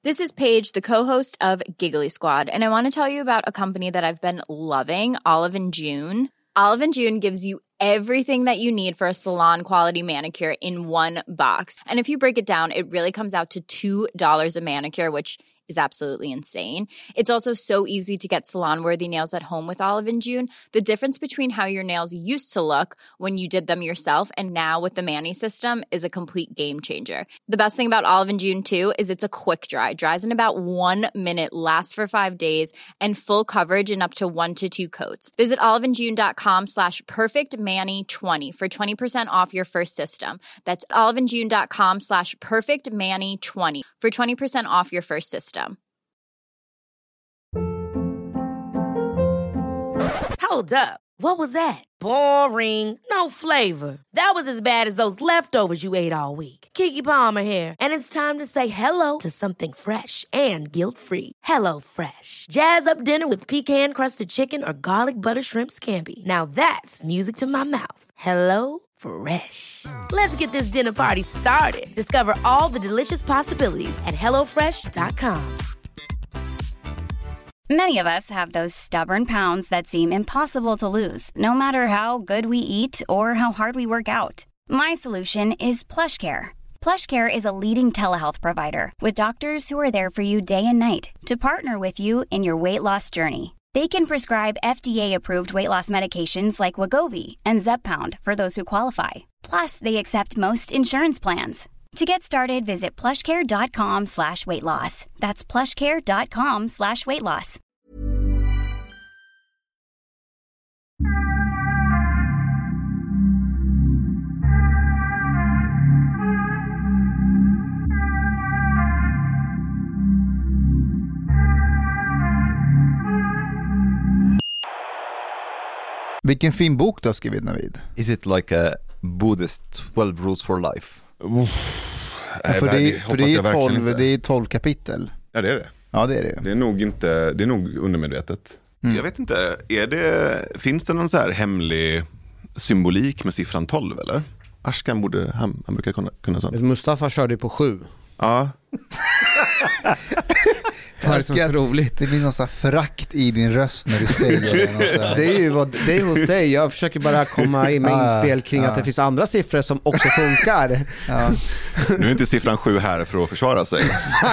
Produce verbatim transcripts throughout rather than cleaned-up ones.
This is Paige, the co-host of Giggly Squad, and I want to tell you about a company that I've been loving, Olive and June. Olive and June gives you everything that you need for a salon-quality manicure in one box. And if you break it down, it really comes out to two dollars a manicure, which is absolutely insane. It's also so easy to get salon-worthy nails at home with Olive and June. The difference between how your nails used to look when you did them yourself and now with the Mani system is a complete game changer. The best thing about Olive and June, too, is it's a quick dry. Dries in about one minute, lasts for five days, and full coverage in up to one to two coats. Visit oliveandjune.com slash perfectmani20 for twenty percent off your first system. That's oliveandjune.com slash perfectmani20 for twenty percent off your first system. Hold up. What was that? Boring. No flavor. That was as bad as those leftovers you ate all week. Keke Palmer here, and it's time to say hello to something fresh and guilt-free. Hello Fresh. Jazz up dinner with pecan-crusted chicken or garlic butter shrimp scampi. Now that's music to my mouth. Hello Fresh. Let's get this dinner party started. Discover all the delicious possibilities at hello fresh dot com. Many of us have those stubborn pounds that seem impossible to lose, no matter how good we eat or how hard we work out. My solution is PlushCare. PlushCare is a leading telehealth provider with doctors who are there for you day and night to partner with you in your weight loss journey. They can prescribe F D A-approved weight loss medications like Wegovy and Zepbound for those who qualify. Plus, they accept most insurance plans. To get started, visit plushcare.com slash weight loss. That's plushcare.com slash weight loss. Vilken fin bok du har skrivit, Navid. Is it like a Buddhist twelve rules for life? Ja, för det, det, för det är tolv, det är tolv kapitel. Ja, det är det. Ja, det är det. Det är nog inte, det är nog undermedvetet. Mm. Jag vet inte, är det, finns det någon så här hemlig symbolik med siffran tolv eller? Ashkan borde, han, han brukar kunna, kunna sånt. Mustafa körde på sju. Ja. Det är så roligt. Det blir någon sån här frakt i din röst när du säger det. Det är ju vad, det är hos dig. Jag försöker bara komma in med inspel kring ja. att det finns andra siffror som också funkar. Ja. Nu är inte siffran sju här för att försvara sig.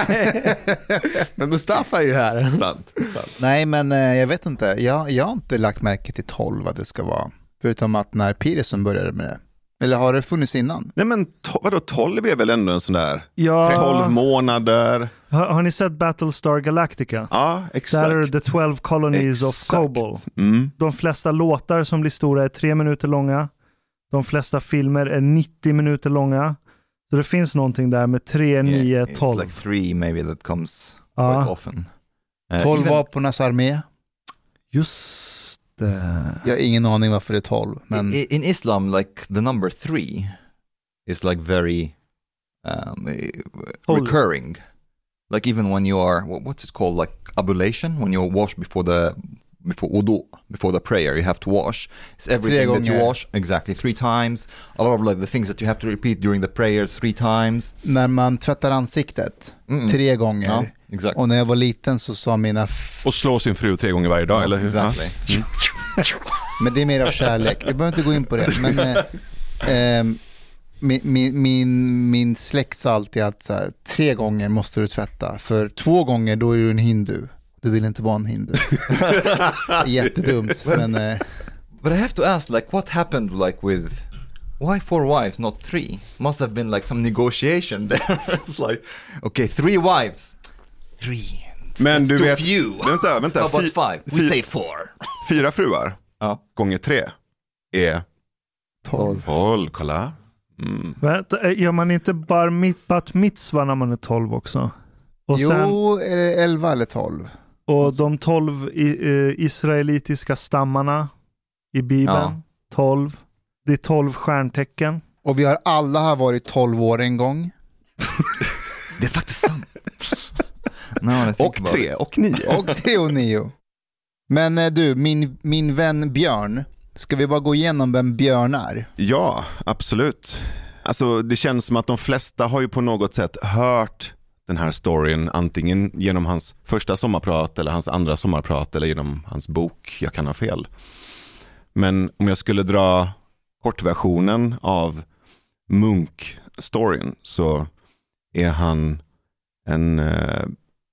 Men Mustafa är ju här. Sant, sant. Nej, men eh, jag vet inte. Jag, jag har inte lagt märke till tolv vad det ska vara. Förutom att när Peterson började med det. Eller har det funnits innan? Nej, men to- vadå, tolv är väl ändå en sån där ja. tolv månader. Har, har ni sett Battlestar Galactica? Ja, exakt. Där är The twelve Colonies exakt. of Kobol. Mm. De flesta låtar som blir stora är tre minuter långa. De flesta filmer är nittio minuter långa. Så det finns någonting där med tre, nio, tolv. It's like three maybe that comes ja. quite often. Uh, tolv even... vapenas armé. Just det. Jag har ingen aning varför det är tolv. Men... In, in Islam, like the number three is like very um, recurring. Like even when you are, what's it called, like ablution, when you wash before the before wudu, before the prayer, you have to wash. It's everything that you wash exactly three times. A lot of like the things that you have to repeat during the prayers three times. När man tvättar ansiktet mm. tre gånger. Ja, exakt. Och när jag var liten så sa mina f- och slå sin fru tre gånger varje dag, ja, eller hur? Exactly. Mm. Men det är mer av kärlek. Jag behöver inte gå in på det. Men eh, eh, min, min, min, min släkt sa alltid att så här, tre gånger måste du tvätta. För två gånger då är du en hindu. Du vill inte vara en hindu. Jättedumt. Men, eh, But I have to ask, like, what happened like with... Why four wives, not three? Must have been like some negotiation there. It's like, okay, three wives. Three. Men That's du too vet, few. Vänta, vänta. How about Fy, five? We fy, say four. Fyra fruar ja. gånger tre är tolv. tolv, kolla. Mm. Vänta, gör man inte bar mit, bat mitzvah när man är tolv också? Och jo, sen, är det elva eller tolv? Och de tolv i, eh, israelitiska stammarna i Bibeln, ja. tolv. Det är tolv stjärntecken. Och vi har alla har varit tolv år en gång. Det är faktiskt sant. No, och tre och nio. Och tre och nio. Men eh, du, min, min vän Björn, ska vi bara gå igenom vem Björn är? Ja, absolut. Alltså det känns som att de flesta har ju på något sätt hört den här storyn antingen genom hans första sommarprat eller hans andra sommarprat eller genom hans bok. Jag kan ha fel. Men om jag skulle dra kortversionen av Munch-storyn så är han en eh,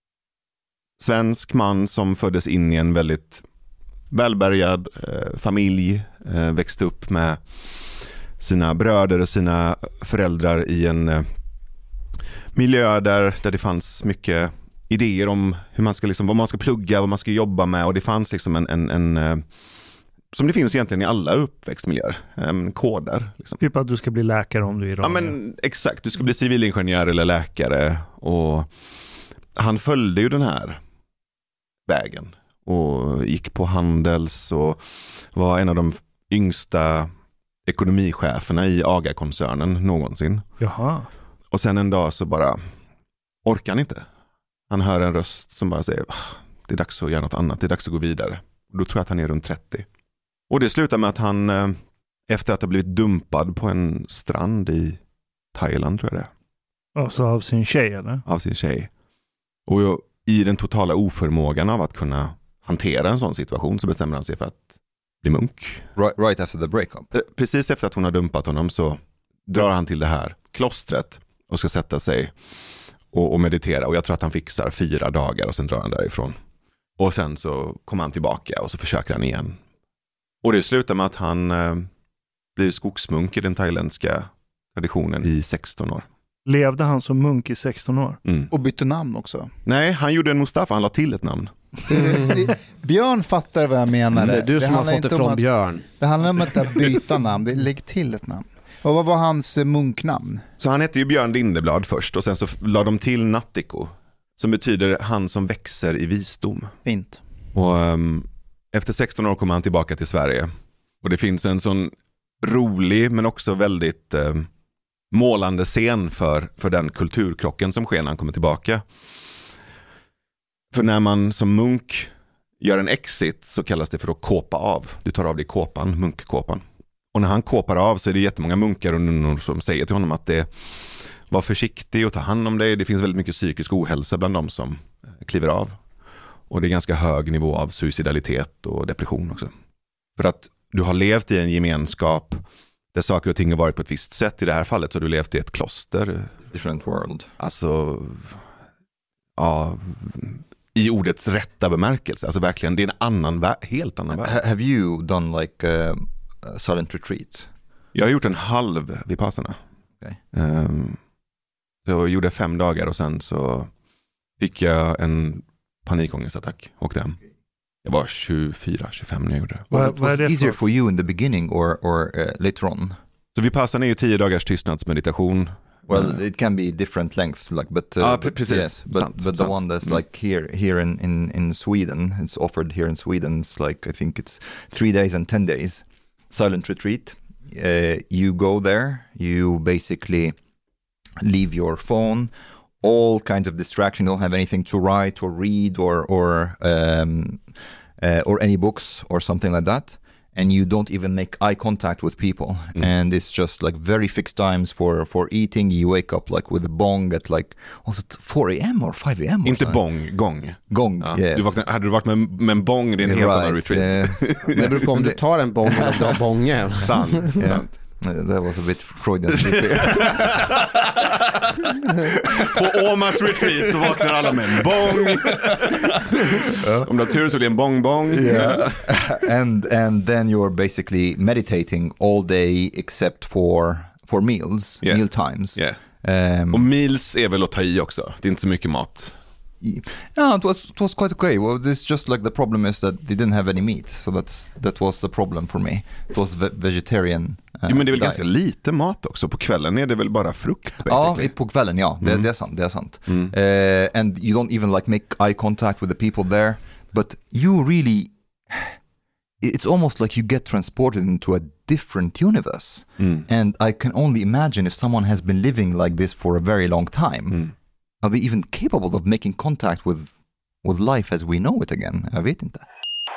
svensk man som föddes in i en väldigt välbärgad eh, familj, eh, växte upp med sina bröder och sina föräldrar i en eh, miljö där, där det fanns mycket idéer om hur man ska liksom, vad man ska plugga, vad man ska jobba med, och det fanns liksom en, en, en eh, som det finns egentligen i alla uppväxtmiljöer, en koder. Liksom. Typ att du ska bli läkare om du är Ja, men exakt. Du ska bli civilingenjör eller läkare. Och han följde ju den här vägen och gick på Handels och var en av de yngsta ekonomicheferna i AGA-koncernen någonsin. Jaha. Och sen en dag så bara orkar han inte. Han hör en röst som bara säger det är dags att göra något annat, det är dags att gå vidare. Och då tror jag att han är runt trettio. Och det slutar med att han, efter att ha blivit dumpad på en strand i Thailand, tror jag det är. Alltså av sin tjej, eller? Av sin tjej. Och i den totala oförmågan av att kunna hantera en sån situation så bestämmer han sig för att bli munk. Right, right after the breakup. Precis efter att hon har dumpat honom så drar han till det här klostret och ska sätta sig och, och meditera. Och jag tror att han fixar fyra dagar och sen drar han därifrån. Och sen så kommer han tillbaka och så försöker han igen. Och det slutar med att han eh, blir skogsmunk i den thailändska traditionen i sexton år. Levde han som munk i sexton år? Mm. Och bytte namn också. Nej, han gjorde en Mustafa, han la till ett namn. Så det, det, Björn fattar vad jag menar. Det är du det som har fått det från att, Björn. Det handlar om att byta namn, det lägg till ett namn. Och vad var hans munknamn? Så han hette ju Björn Lindeblad först och sen så la de till Nattiko, som betyder han som växer i visdom. Fint. Och um, efter sexton år kommer han tillbaka till Sverige. Och det finns en sån rolig men också väldigt um, målande scen för, för den kulturkrocken som sker när han kommer tillbaka. För när man som munk gör en exit så kallas det för att kåpa av. Du tar av dig kåpan, munkkåpan. Och när han kåpar av så är det jättemånga munkar och nunnor som säger till honom att det var försiktig och ta hand om dig. Det finns väldigt mycket psykisk ohälsa bland dem som kliver av. Och det är ganska hög nivå av suicidalitet och depression också. För att du har levt i en gemenskap där saker och ting har varit på ett visst sätt. I det här fallet så har du levt i ett kloster. Different world. Alltså, ja, i ordets rätta bemärkelse. Alltså verkligen, det är en annan, helt annan värld. Have you done like a silent retreat? Jag har gjort en halv Vipassana. Okay. Um, så jag gjorde fem dagar och sen så fick jag en panikångestattack och den. Jag var tjugofyra tjugofem när jag gjorde det. Was it, was it easier for you in the beginning or, or uh, later on? Så Vipassana är ju tio dagars tystnadsmeditation. Well, it can be different length, like, but uh, ah, precis. Yes, but, sant, but the sant. one that's mm. like here, here in, in, in Sweden, it's offered here in Sweden. It's like I think it's three days and ten days silent retreat. Uh, you go there, you basically leave your phone, all kinds of distraction. You don't have anything to write or read or or um, uh, or any books or something like that. And you don't even make eye contact with people. Mm. And it's just like very fixed times for, for eating. You wake up like with a bong at like, was it four a.m. or five a.m. or Inte something? bong, gång. Gång, ja. yes. Du vaknar, hade du varit med, med en bong, det är en helt annan retreat. Uh, Det beror på om du tar en bång eller om du har bånge. Sant, yeah. sant. That was a bit Freudian slip. På Omars retreat så vaknar alla med en bong. Om du har tur så blir det en bong-bong. Yeah. and and then you're basically meditating all day except for for meals, yeah. meal times. Yeah. Um, och meals är väl att ta i också. Det är inte så mycket mat. Yeah, it was it was quite okay. Well, this just like the problem is that they didn't have any meat, so that's that was the problem for me. It was ve- vegetarian. Uh, jo, men det är väl diet. ganska lite mat också. På kvällen är det väl bara frukt basically. Ja, på kvällen, ja. Det, mm. det är sant, det är sant. Mm. Uh, and you don't even like make eye contact with the people there, but you really, it's almost like you get transported into a different universe. Mm. And I can only imagine if someone has been living like this for a very long time. Mm. Are they even capable of making contact with with life as we know it again? Jag vet inte.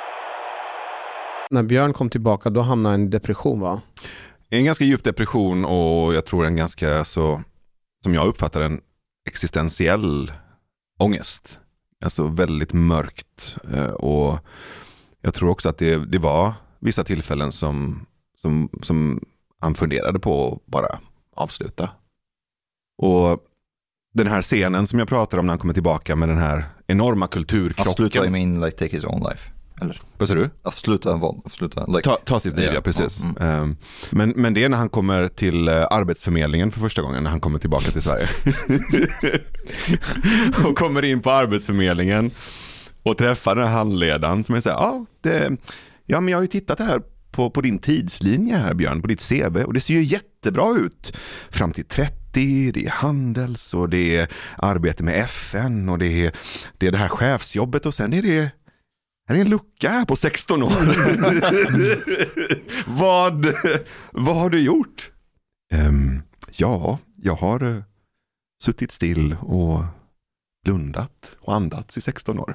När Björn kom tillbaka då hamnade han i depression, va? En ganska djup depression och jag tror en ganska så, som jag uppfattar den, existentiell ångest. Alltså väldigt mörkt. Och jag tror också att det, det var vissa tillfällen som, som, som han funderade på att bara avsluta. Och den här scenen som jag pratar om när han kommer tillbaka med den här enorma kulturkrocken. Avsluta, I mean like take his own life. Eller? Vad sa du? Avsluta vad? Avsluta, like... ta, ta sitt liv, yeah. Ja precis. Mm. Um, men, men det är när han kommer till uh, Arbetsförmedlingen för första gången, när han kommer tillbaka till Sverige. Och kommer in på Arbetsförmedlingen och träffar den här handledaren som är så här, ah, det, ja men jag har ju tittat här på, på din tidslinje här Björn, på ditt C V, och det ser ju jättebra ut. Fram till trettio, det är handels och det är arbete med F N och det är det, är det här chefsjobbet och sen är det Här är en lucka här på sexton år. vad, vad har du gjort? Um, ja, jag har uh, suttit still och blundat och andats i sexton år.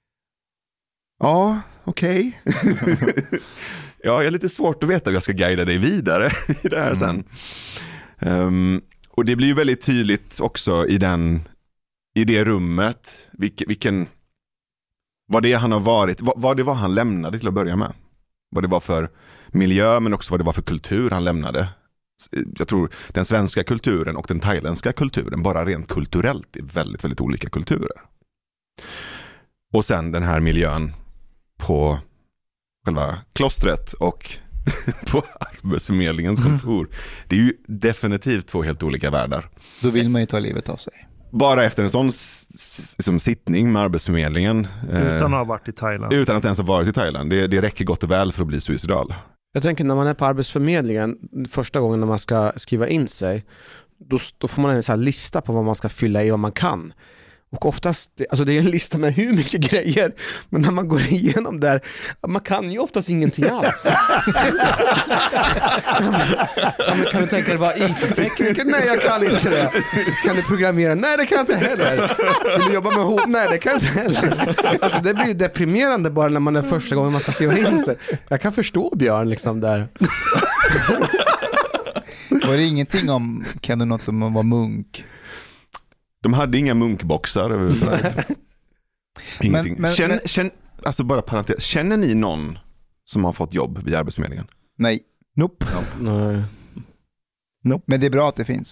Ja, okej. Okay. Ja, jag är lite svårt att veta hur jag ska guida dig vidare i det här sen. Um, och det blir ju väldigt tydligt också i, den, i det rummet vilken... vilken vad det han har varit, vad, vad det var han lämnade till att börja med. Vad det var för miljö, men också vad det var för kultur han lämnade. Jag tror den svenska kulturen och den thailändska kulturen, bara rent kulturellt, är väldigt, väldigt olika kulturer. Och sen den här miljön på själva klostret och på Arbetsförmedlingens kontor. Det är ju definitivt två helt olika världar. Då vill man ju ta livet av sig. Bara efter en sån som sittning med Arbetsförmedlingen. Utan att ha varit i Thailand. Utan att ens ha varit i Thailand. Det, det räcker gott och väl för att bli suicidal. Jag tänker när man är på Arbetsförmedlingen, första gången när man ska skriva in sig, då, då får man en sån här lista på vad man ska fylla i, vad man kan. Och oftast, alltså det är en lista med hur mycket grejer, men när man går igenom där, man kan ju oftast ingenting alls. Ja, men kan du tänka dig vara I T-tekniker? Nej, jag kan inte det. Kan du programmera? Nej, det kan jag inte heller. Vill du jobba med hot? Nej, det kan jag inte heller. Alltså det blir ju deprimerande bara när man är första gången man ska skriva in sig. Jag kan förstå Björn liksom där. Var det ingenting om, kan du något om att vara munk? De hade inga munkboxar överhuvudtaget. Ingenting. Men, men, känn, men... Känn, alltså bara parentes. Känner ni någon som har fått jobb vid Arbetsförmedlingen? Nej. Nope. nope. Nej. Nope. Men det är bra att det finns.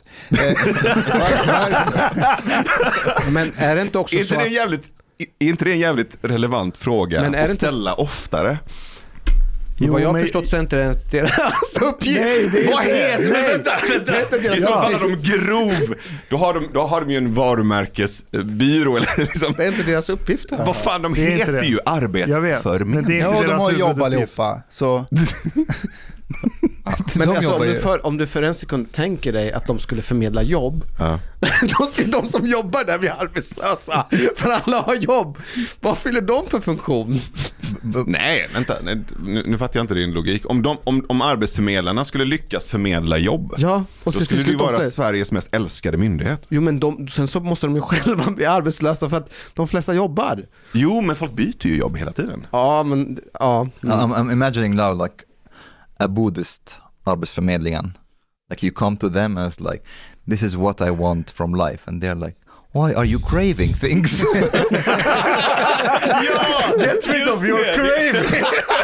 Men är det inte också är så inte det en jävligt, är inte det en jävligt relevant fråga men är att det ställa inte... oftare? Jo, vad jag har men... förstått så är inte det ens deras uppgift. Nej, det är vad heter det? Vänta, vänta. Det är så fall de grov. Då har de, då har de ju en varumärkesbyrå. Eller liksom. Det är inte deras uppgift. Här. Vad fan, de heter ju arbetsförmedling. Ja, de har jobbat allihopa. Så... Men alltså, om, du för, om du för en sekund tänker dig att de skulle förmedla jobb, ja. Då skulle de som jobbar där bli arbetslösa, för alla har jobb. Vad fyller de för funktion? Nej, vänta, nej, nu, nu fattar jag inte din logik. Om, de, om, om arbetsförmedlarna skulle lyckas förmedla jobb, ja, och då skulle det ju vara Sveriges mest älskade myndighet. Jo, men de, sen så måste de ju själva bli arbetslösa för att de flesta jobbar. Jo, men folk byter ju jobb hela tiden. Ja, men ja. Mm. I'm, I'm imagining now like a Buddhist Arbetsförmedlingen. Like you come to them as like, this is what I want from life, and they're like, why are you craving things? Ja, get rid of your craving.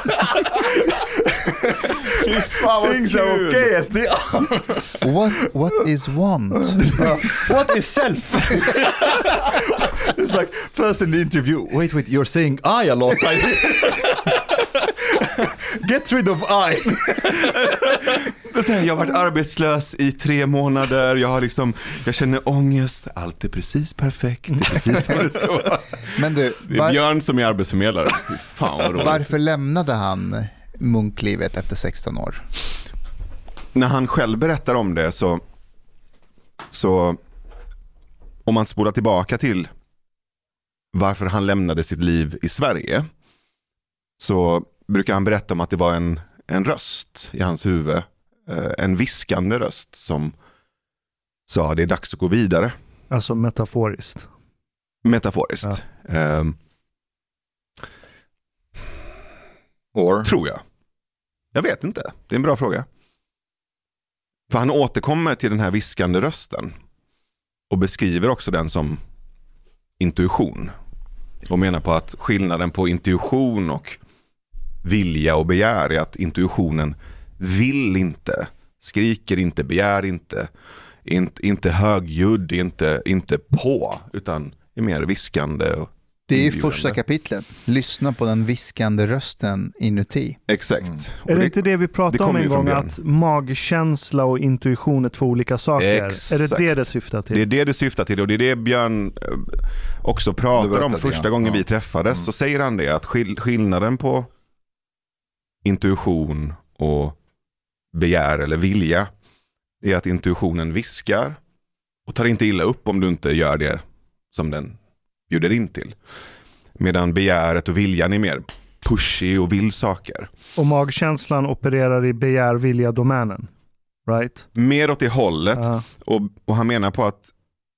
Things are okay as they are. What, what is want? What is self? It's like first in the interview, wait, wait, you're saying I a lot. Get rid of I. Jag har varit arbetslös i tre månader. Jag har liksom, jag känner ångest. Allt är precis perfekt. Det är precis som det ska vara. Men du, det är Björn som är arbetsförmedlare. Fan vad roligt. Varför lämnade han munklivet efter sexton år? När han själv berättar om det så, så om man spolar tillbaka till varför han lämnade sitt liv i Sverige, så brukar han berätta om att det var en, en röst i hans huvud, en viskande röst som sa det är dags att gå vidare. Alltså metaforiskt. Metaforiskt. Ja. Um, Or? Tror jag. Jag vet inte. Det är en bra fråga. För han återkommer till den här viskande rösten. och beskriver också den som intuition. Och menar på att skillnaden på intuition och vilja och begär är att intuitionen vill inte, skriker inte, begär inte, inte, inte högljudd, inte, inte på, utan är mer viskande. Och det är ju inbjudande. första kapitlet. Lyssna på den viskande rösten inuti. Exakt. Mm. Och Är det inte det vi pratade det om kommer en ju från gång, Björn. att magkänsla och intuition är två olika saker? Exakt. Är det det det syftar till? Det är det det syftar till, och det är det Björn eh, också Du pratar berättade, om första ja. gången Ja. vi träffades. Mm. Så säger han det, att skill- skillnaden på intuition och begär eller vilja är att intuitionen viskar och tar inte illa upp om du inte gör det som den bjuder in till. Medan begäret och viljan är mer pushy och vill saker. Och magkänslan opererar i begär-vilja-domänen, right? Mer åt det hållet. Ja. Och, och han menar på att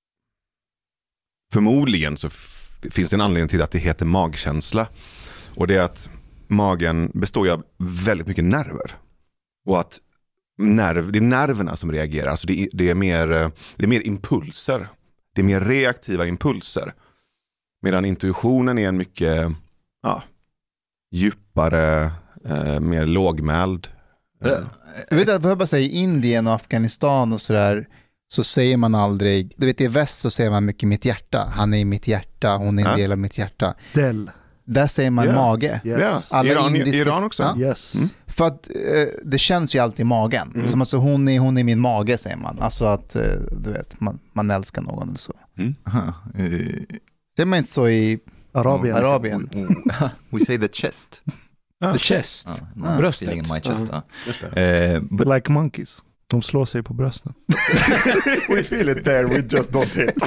förmodligen så f- finns det en anledning till att det heter magkänsla. Och det är att magen består ju av väldigt mycket nerver. Och att nerv, det är nerverna som reagerar. Alltså det, är, det, är mer, eh, det är mer impulser. Det är mer reaktiva impulser. Medan intuitionen är en mycket ja, djupare, eh, mer lågmäld. Eh, Jag vet att vad jag bara säger, i Indien och Afghanistan och sådär, så säger man aldrig, du vet i väst så säger man mycket mitt hjärta, han är i mitt hjärta, hon är en Ja. del av mitt hjärta. Del. Där säger man Ja. mage. Yes. Ja, Alla Iran, indiska- Iran också. Ja. Yes. Mm. För att eh, det känns ju alltid i magen. Mm. Som att så, hon, är, hon är min mage, säger man. Alltså att, eh, du vet, man, man älskar någon eller så. Huh. Uh, Säger man inte så i Arabien. Arabien? we, we say the chest. The chest. Uh, no, Ah. Bröstet. feeling in my chest. Ja. uh. Just det. Uh, but Like monkeys. De slår sig på brösten. We feel it there, we just don't hit.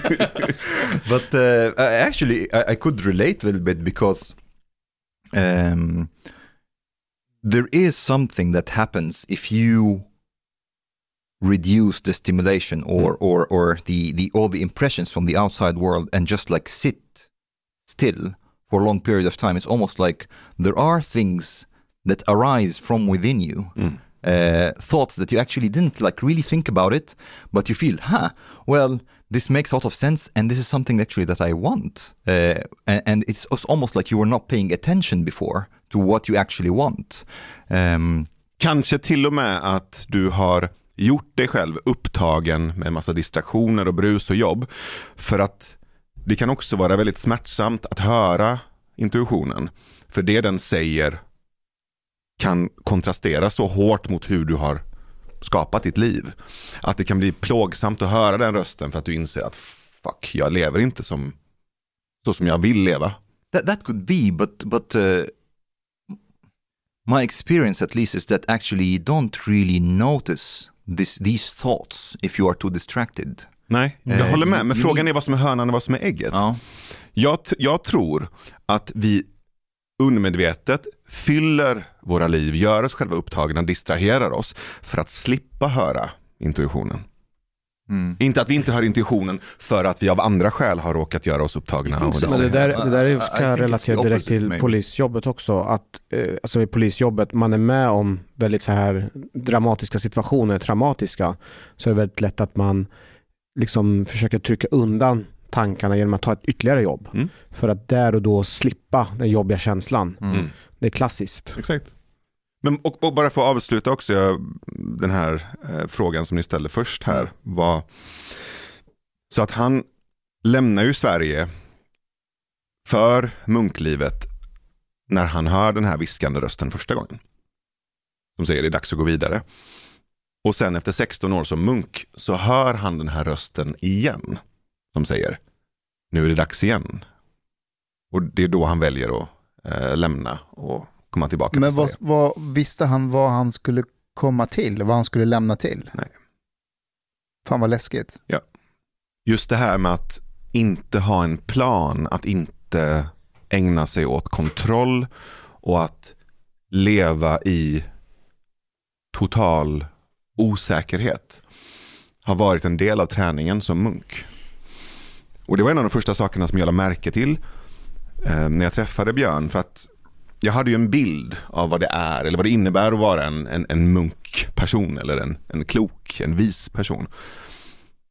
but uh, I- actually, I, I could relate a little bit because um, there is something that happens if you reduce the stimulation or or or the the all the impressions from the outside world and just like sit still for a long period of time. It's almost like there are things that arise from within you. Mm. Uh, thoughts that you actually didn't like really think about it, but you feel, huh, well, this makes a lot of sense, and this is something actually that I want. Uh, and, and it's, it's almost like you were not paying attention before to what you actually want. Um, Kanske till och med att du har gjort dig själv upptagen med en massa distraktioner och brus och jobb. För att det kan också vara väldigt smärtsamt att höra intuitionen. För det den säger kan kontrastera så hårt mot hur du har skapat ditt liv. Att det kan bli plågsamt att höra den rösten för att du inser att fuck, jag lever inte som så som jag vill leva. that that could be, but but uh, my experience at least is that actually you don't really notice this these thoughts if you are too distracted. Nej, jag Eh, håller med. Men you frågan need- är vad som är hönan och vad som är ägget. Ja. Jag, t- jag tror att vi undermedvetet fyller våra liv, gör oss själva upptagna, distraherar oss för att slippa höra intuitionen. Mm. Inte att vi inte hör intuitionen för att vi av andra skäl har råkat göra oss upptagna. think Och so. det- Men det där, det där I- I är- kan think jag it's relatera the direkt opposite, till maybe. polisjobbet också. Att, eh, alltså i polisjobbet, man är med om väldigt så här dramatiska situationer, traumatiska, så är det väldigt lätt att man liksom försöker trycka undan tankarna genom att ta ett ytterligare jobb. Mm. För att där och då slippa den jobbiga känslan. Mm. Det är klassiskt. Exakt. Men, och, och bara för att avsluta också jag, den här eh, frågan som ni ställde först här var så att han lämnar ju Sverige för munklivet när han hör den här viskande rösten första gången. Som säger det är dags att gå vidare. Och sen efter sexton år som munk så hör han den här rösten igen som säger nu är det dags igen. Och det är då han väljer att eh, lämna och komma tillbaka Men till vad, Sverige. vad visste han vad han skulle komma till? Vad han skulle lämna till? Nej. Fan vad läskigt. Just det här med att inte ha en plan, att inte ägna sig åt kontroll och att leva i total osäkerhet har varit en del av träningen som munk. Och det var en av de första sakerna som jag lade märke till eh, när jag träffade Björn, för att jag hade ju en bild av vad det är eller vad det innebär att vara en, en, en munkperson eller en, en klok, en vis person.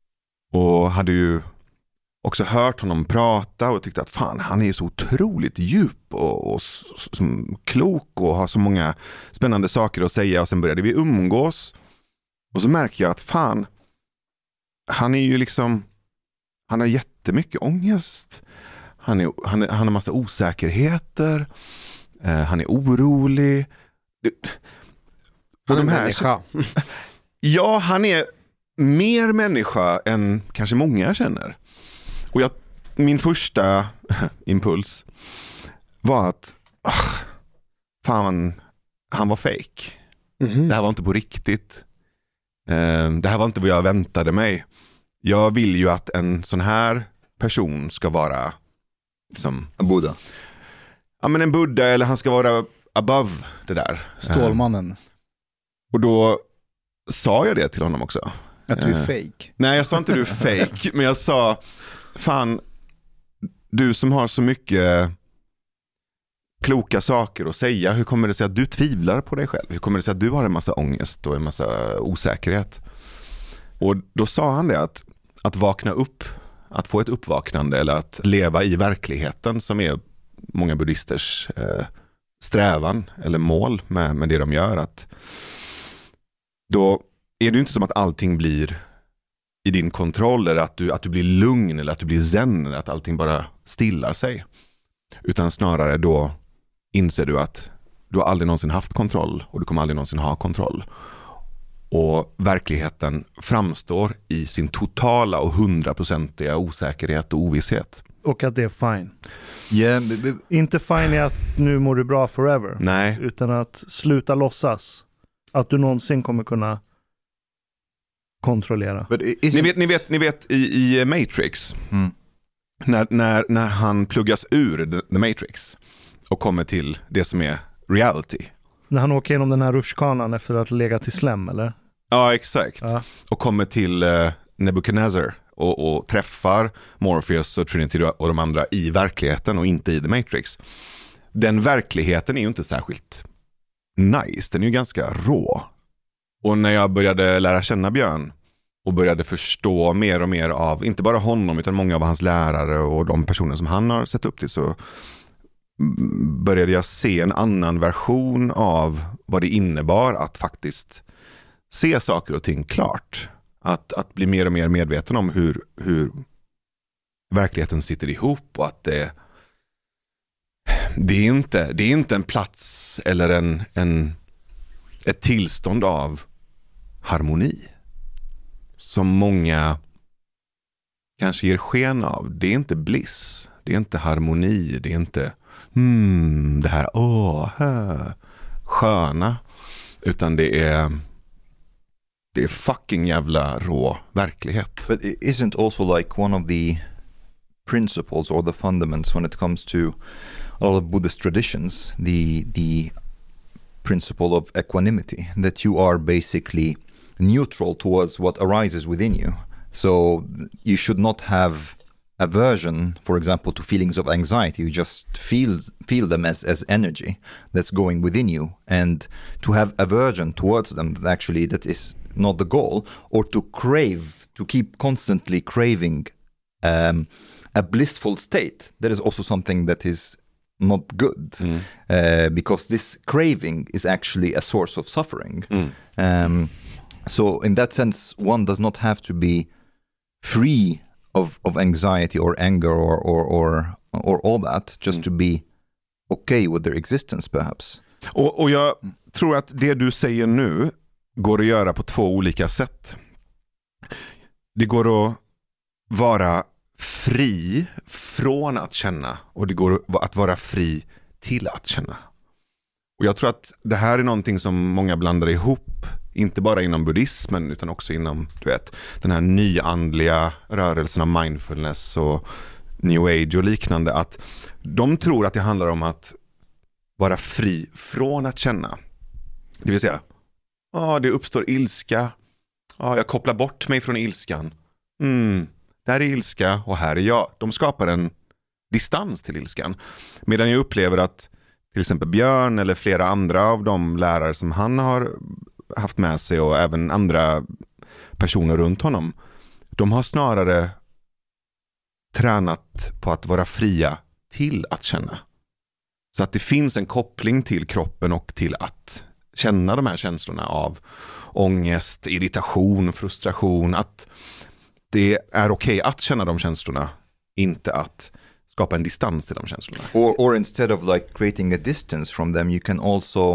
Och hade ju också hört honom prata och tyckte att fan, han är så otroligt djup och, och som klok och har så många spännande saker att säga. Och sen började vi umgås och så märker jag att fan, han är ju liksom, han har jättemycket ångest. Han, är, han, är, han har massa osäkerheter. Eh, han är orolig. Han är de här, människa. Ja, han är mer människa än kanske många jag känner. Och jag, min första impuls var att ah, fan, han var fake. Mm-hmm. Det här var inte på riktigt. Eh, det här var inte vad jag väntade mig. Jag vill ju att en sån här person ska vara liksom, en Buddha. Ja, men en Buddha, eller han ska vara above det där. Stålmannen. Eh, och då sa jag det till honom också. Att du är eh, fake. Nej, jag sa inte du är fake, men jag sa fan, du som har så mycket kloka saker att säga, hur kommer det sig att du tvivlar på dig själv? Hur kommer det sig att du har en massa ångest och en massa osäkerhet? Och då sa han det att, att vakna upp, att få ett uppvaknande eller att leva i verkligheten som är många buddhisters eh, strävan eller mål med, med det de gör. Att då är det ju inte som att allting blir i din kontroll eller att du, att du blir lugn eller att du blir zen eller att allting bara stillar sig. Utan snarare då inser du att du har aldrig någonsin haft kontroll och du kommer aldrig någonsin ha kontroll. Och verkligheten framstår i sin totala och hundraprocentiga osäkerhet och ovisshet. Och att det är fine. Yeah, but, but... Inte fine är att nu mår du bra forever. Nej. Utan att sluta låtsas att du någonsin kommer kunna kontrollera. But isn't... Ni vet, ni vet, ni vet i, i Matrix, mm. när, när, när han pluggas ur The Matrix och kommer till det som är reality. När han åker genom den här rutschkanan efter att lägga till slem, eller? Ja, exakt. Ja. Och kommer till uh, Nebuchadnezzar och, och träffar Morpheus och Trinity och de andra i verkligheten och inte i The Matrix. Den verkligheten är ju inte särskilt nice. Den är ju ganska rå. Och när jag började lära känna Björn och började förstå mer och mer av, inte bara honom utan många av hans lärare och de personer som han har sett upp till, så började jag se en annan version av vad det innebar att faktiskt se saker och ting klart. Att, att bli mer och mer medveten om hur, hur verkligheten sitter ihop och att det, det, är, inte, det är inte en plats eller en, en, ett tillstånd av harmoni som många kanske ger sken av. Det är inte bliss, det är inte harmoni, det är inte hmm, det här åh, här, sköna, utan det är det är fucking jävla rå verklighet. But isn't also like one of the principles or the fundamentals when it comes to a lot of Buddhist traditions, the the principle of equanimity, that you are basically neutral towards what arises within you. So you should not have aversion, for example, to feelings of anxiety. You just feel feel them as, as energy that's going within you. And to have aversion towards them, that actually that is not the goal. Or to crave, to keep constantly craving um, a blissful state, that is also something that is not good. Mm. Uh, because this craving is actually a source of suffering. Mm. Um, so in that sense, one does not have to be free of of anxiety or anger or or or, or all that, just mm. to be okay with their existence perhaps. Och, och jag tror att det du säger nu går att göra på två olika sätt. Det går att vara fri från att känna och det går att vara fri till att känna. Och jag tror att det här är någonting som många blandar ihop, inte bara inom buddhismen utan också inom, du vet, den här nyandliga rörelsen av mindfulness och new age och liknande, att de tror att det handlar om att vara fri från att känna. Det vill säga, ja, det uppstår ilska, ja, jag kopplar bort mig från ilskan. Mm, där är ilska och här är jag. De skapar en distans till ilskan. Medan jag upplever att till exempel Björn eller flera andra av de lärare som han har haft med sig och även andra personer runt honom de har snarare tränat på att vara fria till att känna. Så att det finns en koppling till kroppen och till att känna de här känslorna av ångest, irritation, frustration. Att det är okej att känna de känslorna, inte att skapa en distans till de känslorna. Or, or instead of like creating a distance from them, you can also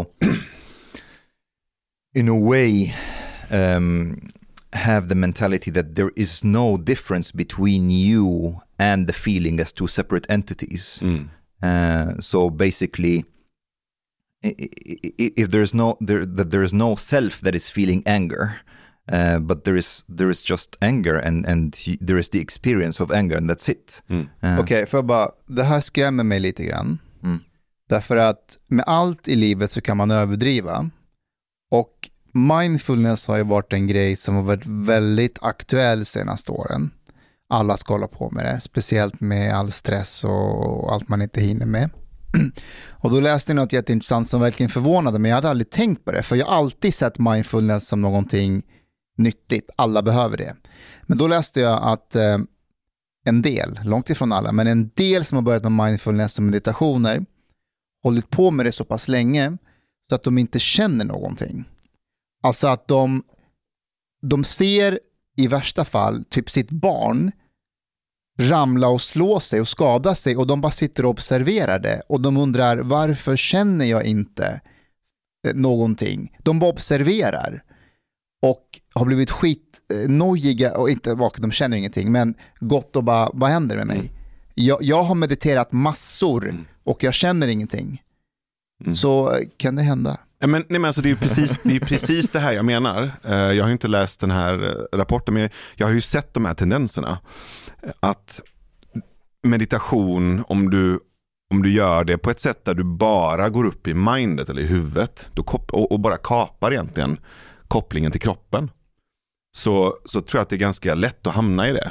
in a way um, have the mentality that there is no difference between you and the feeling as two separate entities. Mm. Uh, so basically, if there's no there that there is no self that is feeling anger, uh, but there is there is just anger and and there is the experience of anger and that's it. Mm. Uh, Okej, okay, för bara, det här skrämmer mig lite grann. Mm. Därför att med allt i livet så kan man överdriva. Och mindfulness har ju varit en grej som har varit väldigt aktuell de senaste åren. Alla ska hålla på med det, speciellt med all stress och allt man inte hinner med. Och då läste jag något jätteintressant som verkligen förvånade mig. Jag hade aldrig tänkt på det, för jag har alltid sett mindfulness som någonting nyttigt. Alla behöver det. Men då läste jag att eh, en del, långt ifrån alla, men en del som har börjat med mindfulness och meditationer hållit på med det så pass länge så att de inte känner någonting. Alltså att de, de ser i värsta fall typ sitt barn ramla och slå sig och skada sig och de bara sitter och observerar det och de undrar varför känner jag inte någonting. De bara observerar och har blivit skitnojiga och inte vakna, de känner ingenting men gott och bara, vad händer med mig? Jag, jag har mediterat massor och jag känner ingenting. Mm. Så kan det hända. Ja, men, nej, men alltså, det är ju precis, det är precis det här jag menar. Uh, jag har ju inte läst den här uh, rapporten, men jag, jag har ju sett de här tendenserna. Att meditation, om du, om du gör det på ett sätt där du bara går upp i mindet eller i huvudet då kop- och, och bara kapar egentligen kopplingen till kroppen, så, så tror jag att det är ganska lätt att hamna i det.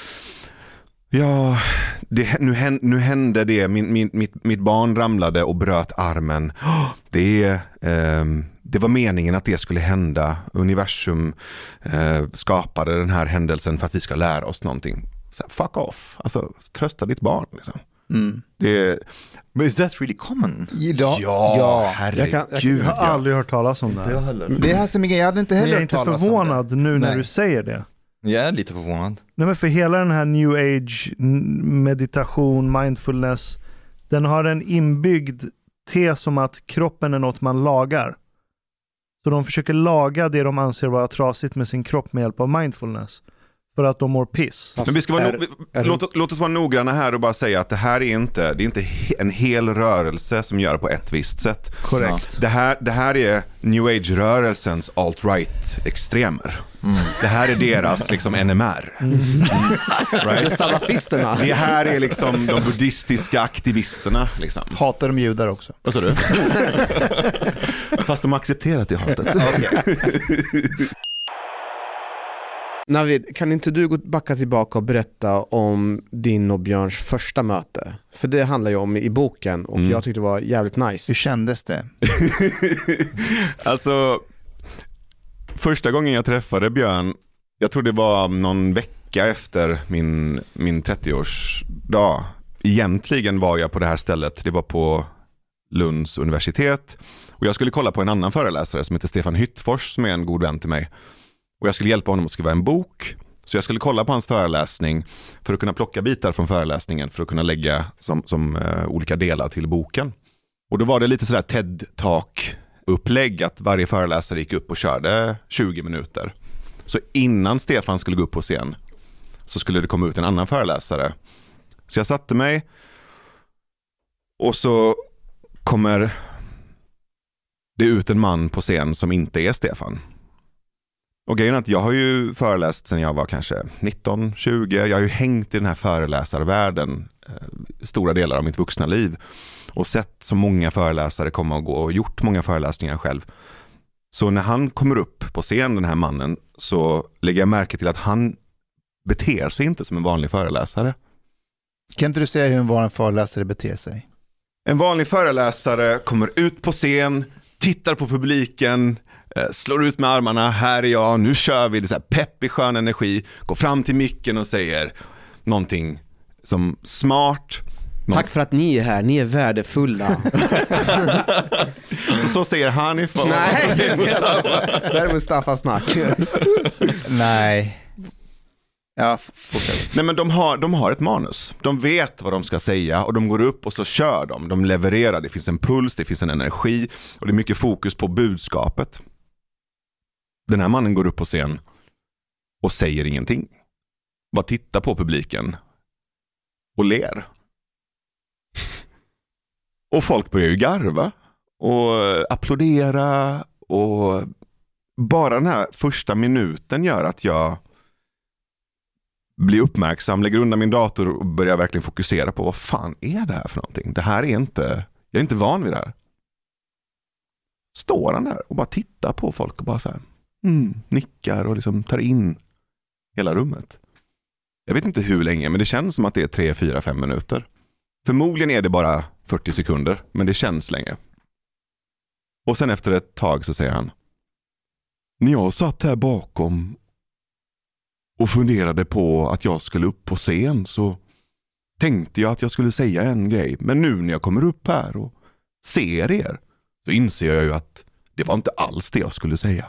Ja, det, nu, hände, nu hände det. Min, min, mitt, mitt barn ramlade och bröt armen. Oh, det, eh, det var meningen att det skulle hända. Universum eh, skapade den här händelsen för att vi ska lära oss någonting. Så, fuck off. Alltså, trösta ditt barn. Liksom. Mm. Det, But is that really common? Ja, ja, ja. herregud. Jag, kan, jag, jag har aldrig hört talas om det här. heller. Det här så mycket, jag hade inte heller jag är inte hört talas förvånad om det. nu när Nej. du säger det. Jag är lite förvånad. Nej, men för hela den här new age meditation, mindfulness, den har en inbyggd tes om att kroppen är något man lagar. Så de försöker laga det de anser vara trasigt med sin kropp med hjälp av mindfulness. För att de mår piss. Men vi ska vara är, no- är, låt, låt oss vara noggranna här och bara säga att det här är inte, det är inte en hel rörelse som gör på ett visst sätt. Korrekt. Det här, det här är New Age-rörelsens alt-right extremer. Mm. Det här är deras liksom N M R. Mm. Right? det är salafisterna. Det här är liksom de buddhistiska aktivisterna. Liksom. Hatar de judar också? Vad sa du? Fast de har accepterat det hatet. Navid, kan inte du gå backa tillbaka och berätta om din och Björns första möte? För det handlar ju om i boken och mm. jag tyckte det var jävligt nice. Hur kändes det? Alltså, första gången jag träffade Björn, jag tror det var någon vecka efter min, min trettioårsdag. Egentligen var jag på det här stället, det var på Lunds universitet. Och jag skulle kolla på en annan föreläsare som heter Stefan Hyttfors som är en god vän till mig. Och jag skulle hjälpa honom att skriva en bok. Så jag skulle kolla på hans föreläsning för att kunna plocka bitar från föreläsningen för att kunna lägga som, som uh, olika delar till boken. Och då var det lite sådär TED-talk-upplägg att varje föreläsare gick upp och körde tjugo minuter. Så innan Stefan skulle gå upp på scen så skulle det komma ut en annan föreläsare. Så jag satte mig och så kommer det ut en man på scen som inte är Stefan. Och grejen är att jag har ju föreläst sedan jag var kanske nitton tjugo. Jag har ju hängt i den här föreläsarvärlden eh, stora delar av mitt vuxna liv. Och sett så många föreläsare komma och gå och gjort många föreläsningar själv. Så när han kommer upp på scen, den här mannen, så lägger jag märke till att han beter sig inte som en vanlig föreläsare. Kan inte du säga hur en vanlig föreläsare beter sig? En vanlig föreläsare kommer ut på scen, tittar på publiken, eh, slår ut med armarna, här är jag, nu kör vi, det så här peppig skön energi, går fram till micken och säger någonting som smart. Tack för att ni är här, ni är värdefulla. så, så säger Hanif. Nej, det är Mustafa snack. Nej. Ja, fortsätt. Nej, men de har, de har ett manus. De vet vad de ska säga och de går upp och så kör de. De levererar, det finns en puls, det finns en energi och det är mycket fokus på budskapet. Den här mannen går upp på scen och säger ingenting. Bara tittar på publiken och ler. Och folk börjar ju garva och applådera och bara den här första minuten gör att jag blir uppmärksam, lägger undan min dator och börjar verkligen fokusera på vad fan är det här för någonting. Det här är inte, jag är inte van vid det här. Står han där och bara tittar på folk och bara så här, mm, nickar och liksom tar in hela rummet. Jag vet inte hur länge, men det känns som att det är tre, fyra, fem minuter. Förmodligen är det bara fyrtio sekunder, men det känns länge. Och sen efter ett tag så säger han: när jag satt här bakom och funderade på att jag skulle upp på scen så tänkte jag att jag skulle säga en grej. Men nu när jag kommer upp här och ser er så inser jag ju att det var inte alls det jag skulle säga.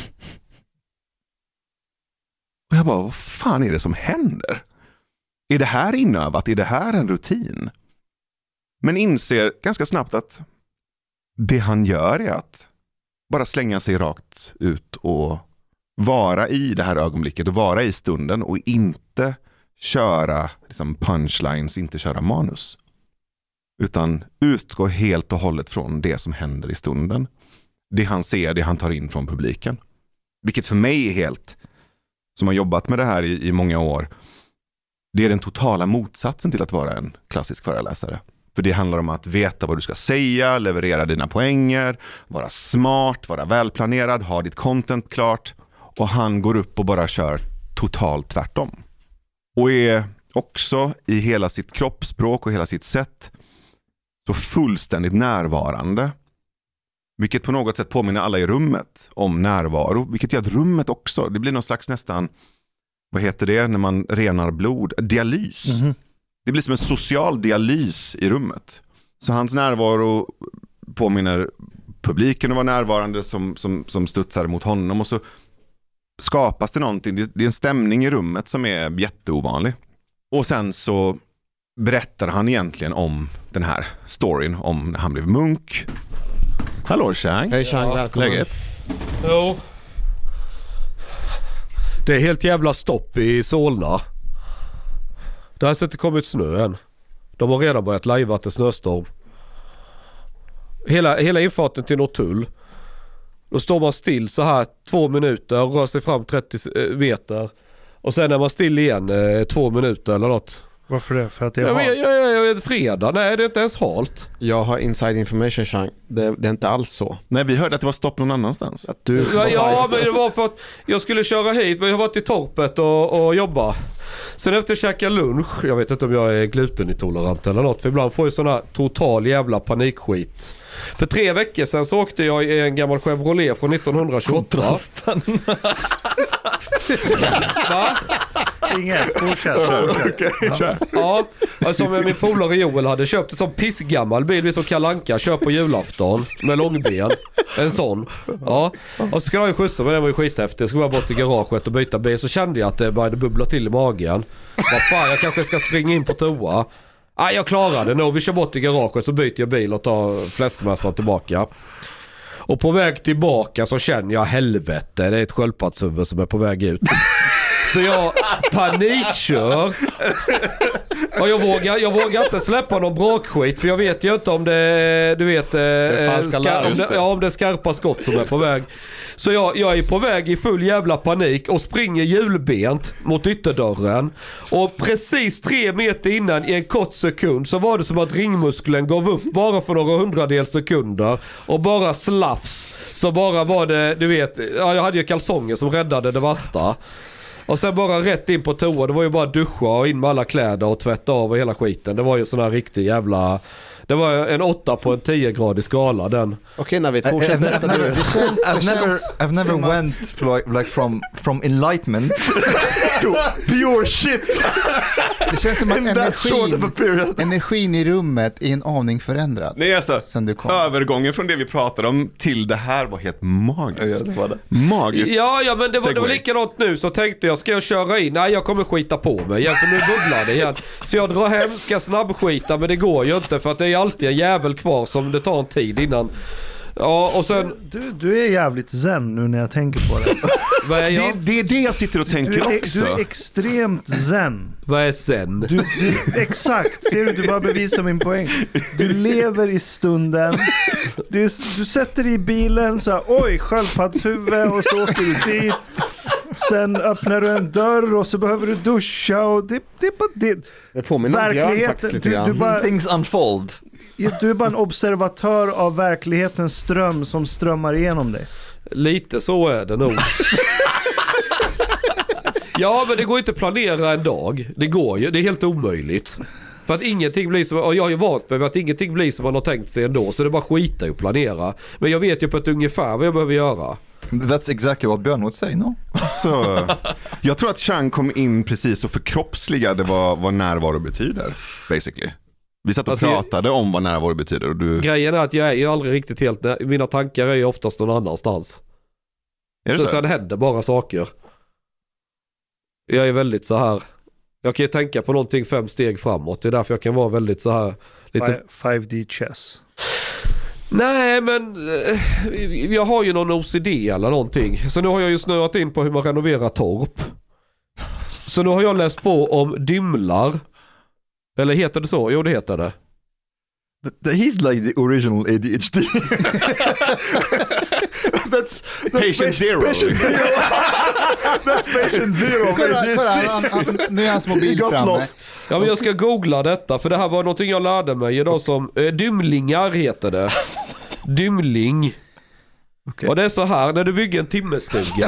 Och jag bara, vad fan är det som händer? Är det här inövat? Är det här en rutin? Men inser ganska snabbt att det han gör är att bara slänga sig rakt ut och vara i det här ögonblicket och vara i stunden och inte köra liksom punchlines, inte köra manus. Utan utgå helt och hållet från det som händer i stunden. Det han ser, det han tar in från publiken. Vilket för mig är helt, som har jobbat med det här i, i många år, det är den totala motsatsen till att vara en klassisk föreläsare. För det handlar om att veta vad du ska säga, leverera dina poänger, vara smart, vara välplanerad, ha ditt content klart. Och han går upp och bara kör totalt tvärtom. Och är också i hela sitt kroppsspråk och hela sitt sätt så fullständigt närvarande. Vilket på något sätt påminner alla i rummet om närvaro. Vilket gör att rummet också, det blir någon slags nästan, vad heter det när man renar blod? Dialys. Mm-hmm. Det blir som en social dialys i rummet. Så hans närvaro påminner publiken att vara närvarande som, som, som studsar mot honom. Och så skapas det någonting. Det, det är en stämning i rummet som är jätteovanlig. Och sen så berättar han egentligen om den här storyn om när han blev munk. Hallå Chang. Hej Chang, ja, välkommen. Läget? Jo. Det är helt jävla stopp i Solna. Det har inte kommit snö än. De har redan börjat lajva till snöstorm. Hela, hela infarten till Norrtull. Då står man still så här två minuter och rör sig fram trettio meter. Och sen är man still igen eh, två minuter eller något. Varför det? För att det är ja, halt? Jag, jag, jag, jag, fredag, nej det är inte ens halt. Jag har inside information, Chang. Det, det är inte alls så. Nej, vi hörde att det var stopp någon annanstans. Att du ja, ja men det var för att jag skulle köra hit, men jag har varit i torpet och, och jobba. Sen efter käka lunch, jag vet inte om jag är glutenintolerant eller något, för ibland får jag sån här total jävla panikskit. För tre veckor sedan så åkte jag i en gammal Chevrolet från nittonhundratjugoåtta. Kontrasten. Va? Inget, fortsätt. fortsätt. Ja, ja alltså min polare Joel hade köpt en sån pissgammal bil, som Kalle Anka kör på julafton med långben. En sån. Ja. Och så skulle jag ju skjutsa, men det var ju skithäftigt. Jag skulle bara bort till garaget och byta bil. Så kände jag att det började bubbla till i magen. Vad fan, jag kanske ska springa in på toa. Ah, jag klarar det nu. Vi kör bort till garaget så byter jag bil och tar fläskmässan tillbaka. Och på väg tillbaka så känner jag helvete, det är ett sköldpaddshuvud som är på väg ut. Så jag panikkör. Och jag vågar, jag vågar inte släppa någon brakskit, för jag vet ju inte om det, du vet, det skar, om, det, ja, om det är skarpa skott som är på väg. Så jag, jag är på väg i full jävla panik och springer hjulbent mot ytterdörren. Och precis tre meter innan, i en kort sekund, så var det som att ringmuskeln gav upp bara för några hundradels sekunder. Och bara slafs. Så bara var det, du vet, ja, jag hade ju kalsonger som räddade det värsta. Och sen bara rätt in på toa. Det var ju bara duscha och in med alla kläder och tvätta av och hela skiten. Det var ju sån här riktig jävla Det var en åtta på en tio-gradig skala den. Okej, Navid, fortsätt berätta du. Det känns, I've det never, känns I've never som att- went flo- like from from enlightenment to pure shit. Det känns som att In that short of a energin, period. energin i rummet är en aning förändrad. Nej, alltså, Sen du kom. övergången från det vi pratade om till det här var helt magiskt. Ja, det var det. Magiskt. Ja, ja, men det var, det var Segway. likadant nu. Så tänkte jag, ska jag köra in? Nej, jag kommer skita på mig. Ja, för nu bubblar det igen. Så jag drar hem, ska snabbskita, men det går ju inte. För att det är alltid en jävel kvar som det tar en tid innan. Ja, och sen... Du, du är jävligt zen nu när jag tänker på det. Vad är Det, jag? det är det jag sitter och Du tänker är, också. du är extremt zen. Vad är sen? Du, du, exakt, ser du? Du bara bevisar min poäng. Du lever i stunden. Det är, du sätter dig i bilen så här, oj, sköldpaddshuvud, och så åker du dit. Sen öppnar du en dörr och så behöver du duscha och det, det är bara det. Det påminner om Björn Verkligheten, faktiskt lite du, grann. du, bara, Things unfold. du är bara en observatör av verklighetens ström som strömmar igenom dig. Lite så är det nog. Ja, men det går inte att planera en dag. Det går ju, det är helt omöjligt. För att ingenting blir som, och jag har ju valt mig att ingenting blir som man har tänkt sig ändå. Så det är bara skita i att planera. Men jag vet ju på ett ungefär vad jag behöver göra. That's exactly what Björn would say, no? Så, jag tror att Chang kom in precis och förkroppsligade vad, vad närvaro betyder, basically. Vi satt och Alltså, jag- pratade om vad närvaro betyder och du... Grejen är att jag är ju aldrig riktigt helt... Mina tankar är ju oftast någon annanstans. Är det Så så? sen händer bara saker. Jag är väldigt så här. Jag kan ju tänka på någonting fem steg framåt. Det är därför jag kan vara väldigt så här. Lite... five D chess. Nej, men eh, jag har ju någon O C D eller någonting. Så nu har jag ju snöat in på hur man renoverar torp. Så nu har jag läst på om dymlar. Eller heter det så? Jo, det heter det. He's like the original A D H D. that's, that's Patient zero. Patient zero. That's patient zero. Kolla, kolla, han, han, nu är hans mobil got framme. lost. Ja, men jag ska googla detta. För det här var någonting jag lärde mig idag som... Eh, dymlingar heter det. Dymling. Okay. Och det är så här, när du bygger en timmerstuga.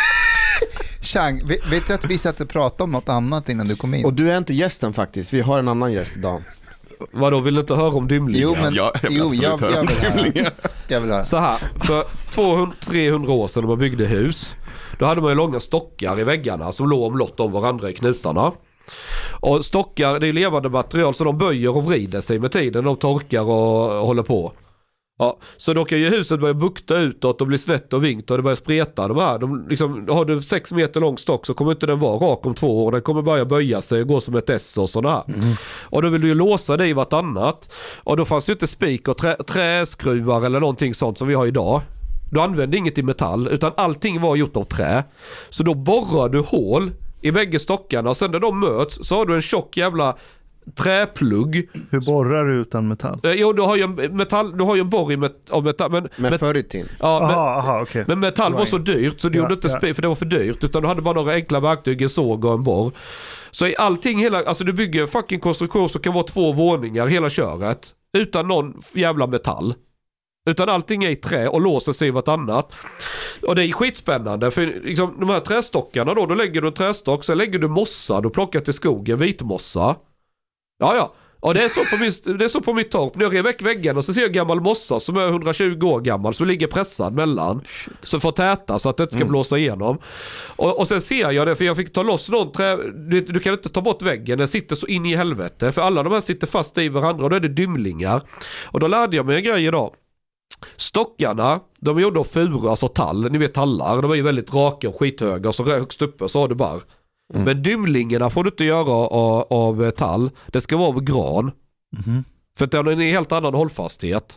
Chang, vet, vet du att vi satt och pratade om något annat innan du kom in? Och du är inte gästen faktiskt, vi har en annan gäst idag. Vadå, vill du inte höra om dymlingar? Jo, men Ja, jag vill jo, absolut jag, höra jag, om vill höra. dymlingar. jag vill höra. Så här, för tvåhundra till trehundra år sedan när man byggde hus, då hade man ju långa stockar i väggarna som låg omlott om varandra i knutarna. Och stockar, det är levande material så de böjer och vrider sig med tiden, de torkar och håller på. Ja, så då kan ju huset börja bukta utåt och bli snett och vinkt och det börjar spreta. De här, de liksom, har du sex meter lång stock så kommer inte den vara rak om två år. Den kommer börja böja sig och gå som ett S och sådär. Mm. Och då vill du ju låsa det i vartannat. Och då fanns ju inte spik och trä, träskruvar eller någonting sånt som vi har idag. Du använde inget i metall utan allting var gjort av trä. Så då borrar du hål i bägge stockarna och sen när de möts så har du en tjock jävla träplugg. Hur borrar du utan metall? Eh, jo, du har ju en metall, du har ju en borr i met, av metall. Men, Men met, förr i tiden. ja, men, Aha, aha, okej. men metall var så dyrt så du Ja, gjorde inte ja. spe, för det var för dyrt. Utan du hade bara några enkla verktyg, en såg och en borr. Så i allting, hela, alltså du bygger en fucking konstruktion som kan vara två våningar hela köret. Utan någon jävla metall. Utan allting är i trä och låser sig i vartannat. Och det är skitspännande. För liksom, de här trästockarna då, då lägger du en trästock, sen lägger du mossa, du plockar till skogen, vitmossa. Ja, ja. Och det är så på, min, det är så på mitt torp. När jag rev väck väggen och så ser jag gammal mossa som är hundratjugo år gammal som ligger pressad mellan. Shit. Så får täta så att det inte ska mm. blåsa igenom. Och, och sen ser jag det, för jag fick ta loss någon trä. Du, du kan inte ta bort väggen, den sitter så in i helvete. För alla de här sitter fast i varandra och då är det dymlingar. Och då lärde jag mig en grej idag. Stockarna, de är gjorda av furu, alltså tall. Ni vet tallar, de är ju väldigt raka och skithöga. Och så högst uppe så har du bara. Mm. Men dymlingarna får du inte göra av, av tall. Det ska vara av gran. Mm. För att det har en helt annan hållfasthet.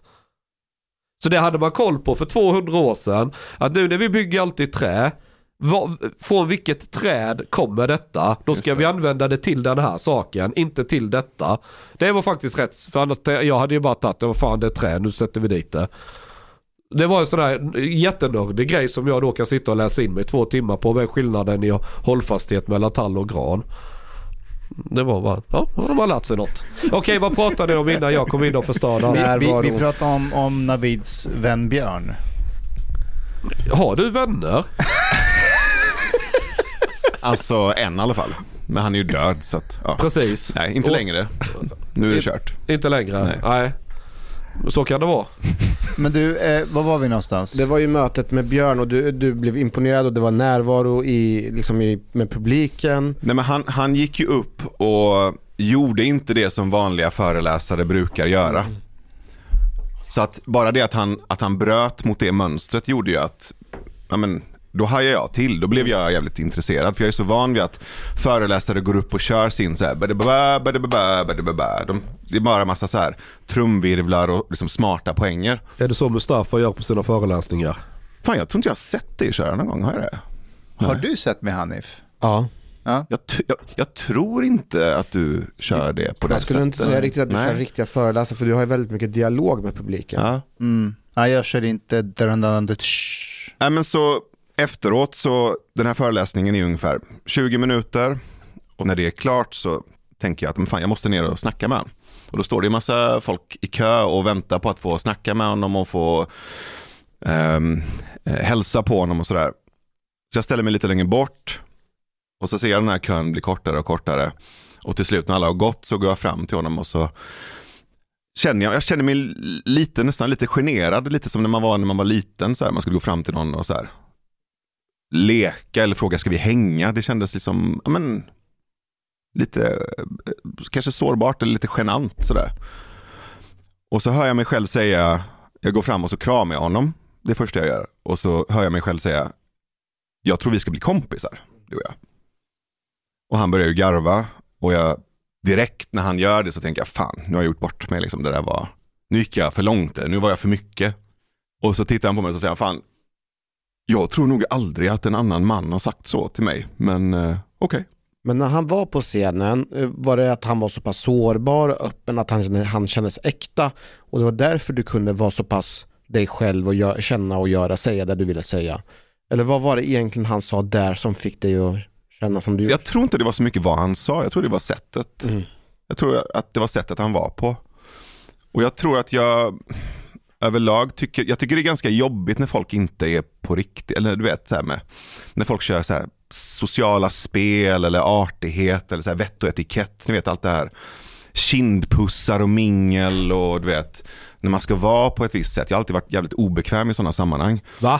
Så det hade man koll på för tvåhundra år sedan. Att nu när vi bygger allt i trä, vad, från vilket träd kommer detta? Då ska vi använda det till den här saken, inte till detta. Det var faktiskt rätt. För annars, jag hade ju bara tagit det, vad fan det är trä, nu sätter vi dit det. Det var en sån här jättenördig grej som jag då kan sitta och läsa in mig två timmar på. Vad är skillnaden i hållfasthet mellan tall och gran? Det var bara, ja, de har lärt sig något. Okej, okay, vad pratade ni om innan jag kom in och förstörde? Vi, vi, vi pratade om, om Navids vän Björn. Har du vänner? Alltså en i alla fall. Men han är ju död så att, ja. Precis. Nej, inte och, längre. Nu är det kört. Inte längre, nej. nej. Så kan det vara. Men du, eh, var var vi någonstans? Det var ju mötet med Björn och du, du blev imponerad och det var närvaro i, liksom i, med publiken. Nej, men han, han gick ju upp och gjorde inte det som vanliga föreläsare brukar göra. Mm. Så att bara det att han, att han bröt mot det mönstret gjorde ju att, ja men, då hajade jag till. Då blev jag jävligt intresserad. För jag är så van vid att föreläsare går upp och kör sin så här, de, det är bara en massa så här trumvirvlar och liksom smarta poänger. Är det så Mustafa gör på sina föreläsningar? Fan, jag tror inte jag har sett det köra någon gång. Har jag det? Har du sett med Hanif? Ja. Ja. Jag, t- jag, jag tror inte att du kör det på det sättet. Jag skulle sättet. inte säga riktigt att du Nej. kör riktiga föreläsare, för du har ju väldigt mycket dialog med publiken. Ja. Mm. Nej, jag kör inte. Nej, men så efteråt så, den här föreläsningen är ungefär tjugo minuter. Och när det är klart så tänker jag att men fan, jag måste ner och snacka med honom. Och då står det en massa folk i kö och väntar på att få snacka med honom och få um, hälsa på honom och sådär. Så jag ställer mig lite längre bort. Och så ser jag den här kön bli kortare och kortare. Och till slut när alla har gått så går jag fram till honom och så känner jag, jag känner mig lite, nästan lite generad. Lite som när man var när man var liten. Så här, man skulle gå fram till någon och så här leka eller fråga, ska vi hänga? Det kändes liksom, ja men, lite, kanske sårbart eller lite genant sådär. Och så hör jag mig själv säga, jag går fram och så kramar jag honom. Det är första jag gör. Och så hör jag mig själv säga, jag tror vi ska bli kompisar, du och jag. Och han börjar ju garva. Och jag, direkt när han gör det så tänker jag, fan, nu har jag gjort bort mig liksom. Det där var, nu gick jag för långt där, nu var jag för mycket. Och så tittar han på mig och så säger han, fan, jag tror nog aldrig att en annan man har sagt så till mig. Men eh, okej. Okay. Men när han var på scenen, var det att han var så pass sårbar och öppen att han, han kändes äkta? Och det var därför du kunde vara så pass dig själv och gör, känna och göra, säga det du ville säga? Eller vad var det egentligen han sa där som fick dig att känna som du gjorde? Jag tror inte det var så mycket vad han sa. Jag tror det var sättet. Mm. Jag tror att det var sättet han var på. Och jag tror att jag överlag tycker, jag tycker det är ganska jobbigt när folk inte är på riktigt. Eller du vet, så här med, när folk kör så här sociala spel eller artighet eller så här vett och etikett. Ni vet allt det här. Kindpussar och mingel och du vet, när man ska vara på ett visst sätt. Jag har alltid varit jävligt obekväm i sådana sammanhang. Va?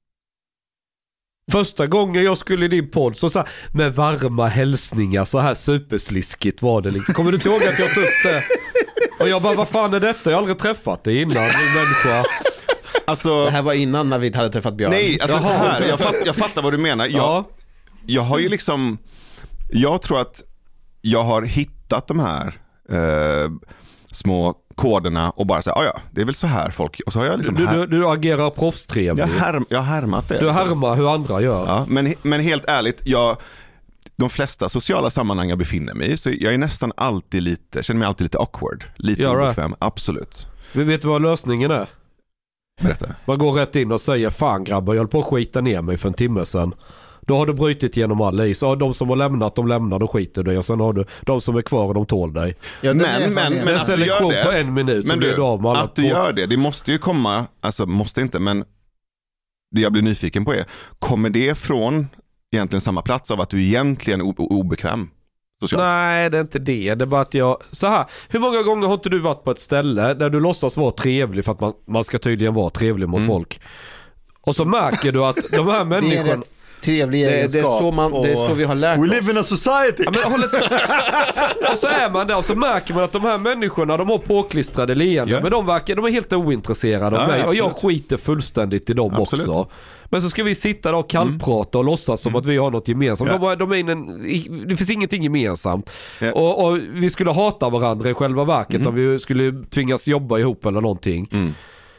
Första gången jag skulle i din podd så, så här, med varma hälsningar, så här supersliskigt var det liksom. Kommer du inte ihåg att jag tog upp det? Och jag bara, vad fan är detta? Jag har aldrig träffat det innan, en människa. Alltså, det här var innan när vi hade träffat Björn. Nej, alltså så här, jag, fatt, jag fattar vad du menar. Jag, ja. jag har ju liksom, jag tror att jag har hittat de här eh, små koderna och bara säga, ja, det är väl så här folk. Och så har jag liksom du, du, du agerar proffstrevlig. Jag, härm, jag har härmat det. Du liksom. härmar hur andra gör. Ja, men, men helt ärligt, jag, de flesta sociala sammanhang jag befinner mig i, så jag är nästan alltid lite, känner mig alltid lite awkward. Lite ja, obekväm, absolut. Vi vet vad lösningen är? Berätta. Man går rätt in och säger, fan grabbar, jag höll på att skita ner mig för en timme sedan. Då har du brytit genom alla is. Ja, de som har lämnat, de lämnar, de skiter dig. Och sen har du de som är kvar och de tål dig. Ja, men men, men att du gör det, på en minut men du, du av med alla att du gör det, det måste ju komma, alltså måste inte, men det jag blir nyfiken på är, kommer det från egentligen samma plats av att du egentligen är obekväm socialt? Nej, det är inte det. Det är bara att jag, så här, hur många gånger har inte du varit på ett ställe där du låtsas vara trevlig för att man, man ska tydligen vara trevlig mot mm. folk. Och så märker du att de här människorna trevlig det, det, är så man, det är så vi har lärt We oss. live in a society. Ja, men, och så är man där och så märker man att de här människorna, de har påklistrade leenden, yeah. men de verkar, de är helt ointresserade av ja, mig. Absolut. Och jag skiter fullständigt i dem absolut. Också. Men så ska vi sitta där och kallprata och låtsas som mm. att vi har något gemensamt. Yeah. De, de är en, det finns ingenting gemensamt. Yeah. Och, och vi skulle hata varandra i själva verket mm. om vi skulle tvingas jobba ihop eller någonting. Mm.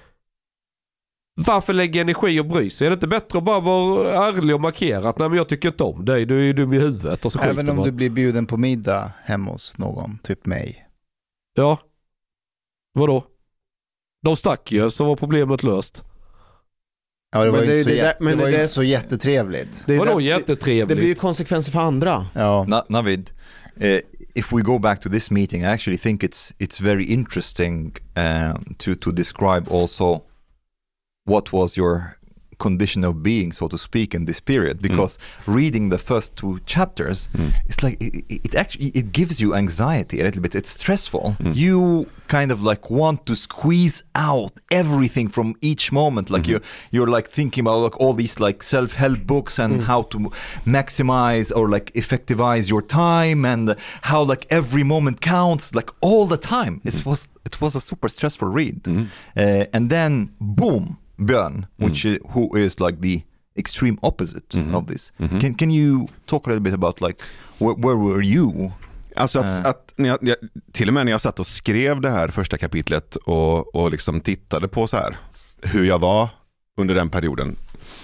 Varför lägga energi och bry sig? Är det inte bättre att bara vara ärlig och markera att nej, men jag tycker inte om dig, du är ju dum i huvudet. Och så även om man. Du blir bjuden på middag hemma hos någon, typ mig. Ja. Vadå? De stack ju, så var problemet löst. Ja, det var, det, inte, så det, jät- det var det, inte så jättetrevligt. Det Vadå jättetrevligt? Det blir ju konsekvenser för andra. Ja. Na- Navid, uh, if we go back to this meeting, I actually think it's it's very interesting uh, to to describe also what was your condition of being, so to speak, in this period, because mm. reading the first two chapters, mm. it's like it, it actually it gives you anxiety a little bit. It's stressful. Mm. You kind of like want to squeeze out everything from each moment. Like mm-hmm. you you're like thinking about like all these like self-help books and mm. how to maximize or like effectivize your time and how like every moment counts, like all the time. Mm. It was it was a super stressful read. Mm. Uh, and then boom, Björn, which mm. is, who is like the extreme opposite mm-hmm. of this. Mm-hmm. Can can you talk a little bit about like where, where were you? Alltså att, uh. att när jag, till och med när jag satt och skrev det här första kapitlet och, och liksom tittade på så här hur jag var under den perioden,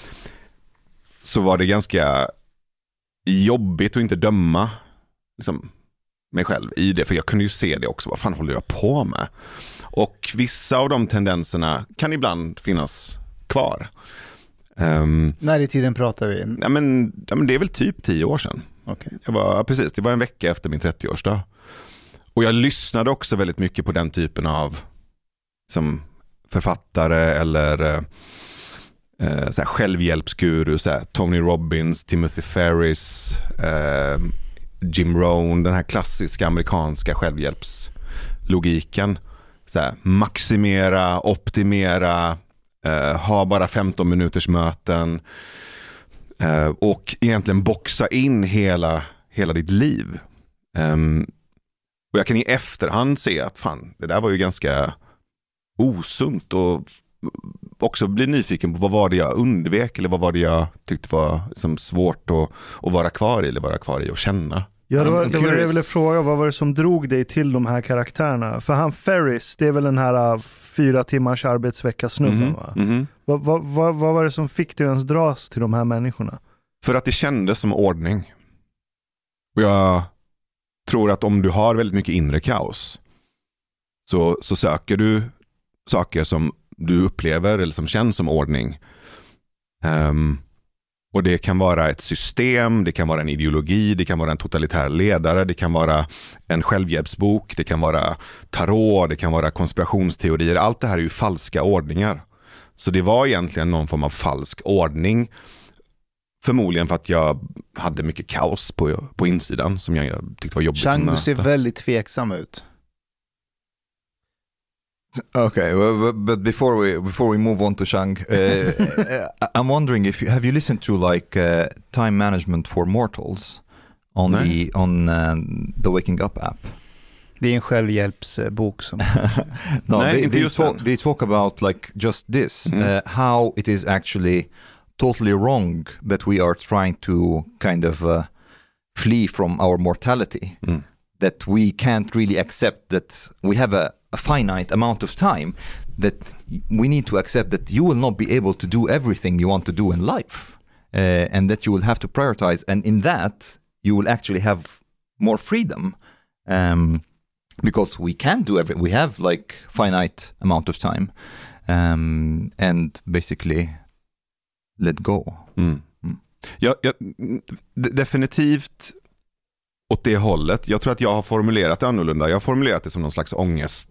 så var det ganska jobbigt att inte döma liksom, mig själv i det, för jag kunde ju se det också. Vad fan håller jag på med? Och vissa av de tendenserna kan ibland finnas kvar. Um, När i tiden pratar vi? Ja, men, ja, men det är väl typ tio år sedan. Okay. Jag var, precis, det var en vecka efter min trettioårsdag. Och jag lyssnade också väldigt mycket på den typen av som författare eller eh, så här självhjälpsguru, så här, Tony Robbins, Timothy Ferris, eh, Jim Rohn, den här klassiska amerikanska självhjälpslogiken. Så här, maximera, optimera, eh, ha bara femton minuters möten eh, och egentligen boxa in hela, hela ditt liv. Um, och jag kan i efterhand se att fan, det där var ju ganska osunt, och också bli nyfiken på vad var det jag undvek eller vad var det jag tyckte var liksom svårt att, att vara kvar i eller vara kvar i och känna. Ja, det var det, var det jag ville fråga. Vad var det som drog dig till de här karaktärerna? För han Ferris, det är väl den här uh, fyra timmars arbetsvecka snubben, mm-hmm. va? Mm-hmm. Vad, vad, vad, vad var det som fick dig ens dras till de här människorna? För att det kändes som ordning. Och jag tror att om du har väldigt mycket inre kaos så, så söker du saker som du upplever eller som känns som ordning. Um, och det kan vara ett system, det kan vara en ideologi, det kan vara en totalitär ledare, det kan vara en självhjälpsbok, det kan vara tarot, det kan vara konspirationsteorier. Allt det här är ju falska ordningar. Så det var egentligen någon form av falsk ordning. Förmodligen för att jag hade mycket kaos på, på insidan som jag, jag tyckte var jobbigt. Chang, du ser väldigt tveksam ut. Okay, well, but before we before we move on to Chang, uh, I'm wondering if you have you listened to like uh, Time Management for Mortals on Nej. the on uh, the Waking Up app. Det är en självhjälpsbok som no, Nej, they, they, talk, they talk about like just this, mm. uh, how it is actually totally wrong that we are trying to kind of uh, flee from our mortality, mm. that we can't really accept that we have a a finite amount of time, that we need to accept that you will not be able to do everything you want to do in life, uh, and that you will have to prioritize, and in that you will actually have more freedom, um, because we can't do everything. We have like finite amount of time, um, and basically let go. Mm. Mm. Ja, ja, definitivt åt det hållet. Jag tror att jag har formulerat det annorlunda. Jag har formulerat det som någon slags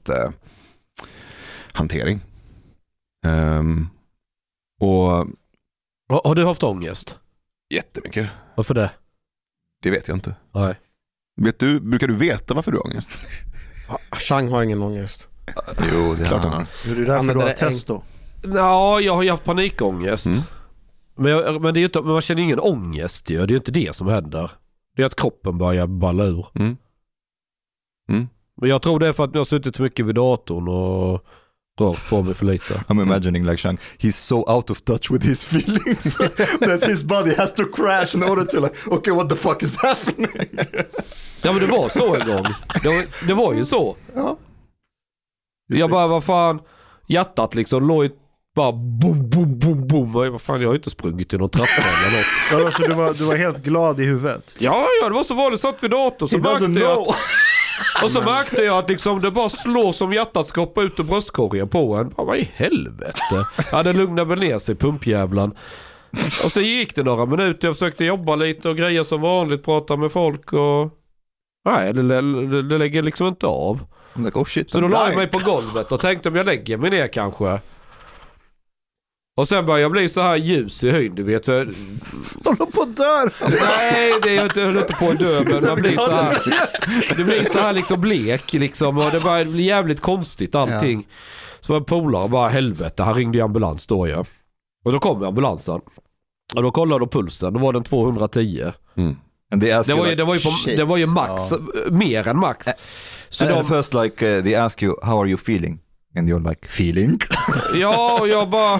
ångesthantering. Eh, um, och har, har du haft ångest? Jättemycket. Varför det? Det vet jag inte. Nej. Vet du, brukar du veta varför du har ångest? Chang har ingen ångest. Jo, det är klart han har. Är det därför du har test då? Ja, jag har ju haft panikångest. Mm. Men, jag, men, det är inte, men man känner ingen ångest ju. Det är ju inte det som händer. Det är att kroppen börjar balla ur. Mm. Mm. Men jag tror det är för att jag har suttit mycket vid datorn och rört på mig för lite. I'm imagining like Chang, he's so out of touch with his feelings that his body has to crash in order to like, okay, what the fuck is happening? Ja, men det var så en gång. Det var, det var ju så. Ja. Jag bara, vad fan, hjärtat liksom låg bara boom, boom, boom, boom. Vad fan, jag har inte sprungit i någon trappa eller något. Ja, så du var, du var helt glad i huvudet? Ja, ja, det var så vanligt. Satt vid datorn så märkte jag att, och så märkte jag att liksom det bara slår som hjärtat ska hoppa ut ur bröstkorgen på en. Bara, vad i helvete? Ja, det lugnade väl ner sig, pumpjävlan. Och så gick det några minuter. Jag försökte jobba lite och grejer som vanligt. Prata med folk och... Nej, det, det, det lägger liksom inte av. Like, oh shit, så då la jag mig på golvet och tänkte om jag lägger mig ner kanske. Och sen börjar jag bli så här ljus i höjd, du vet. För... Håller på att dö. Nej, det är inte, jag håller inte på att dö, men man blir så här, det blir så här liksom blek liksom, och det bara blir jävligt konstigt allting. Ja. Så var en polare och bara, helvete, han ringde i ambulans då, ja. Och då kom ambulansen. Och då kollade de pulsen, då var den tvåhundratio. Mm. And they ask det, var ju, like, det, var ju på, det var ju max, oh. mer än max. Så and de, first like uh, they ask you, how are you feeling? And you're like, feeling? Ja, och jag bara...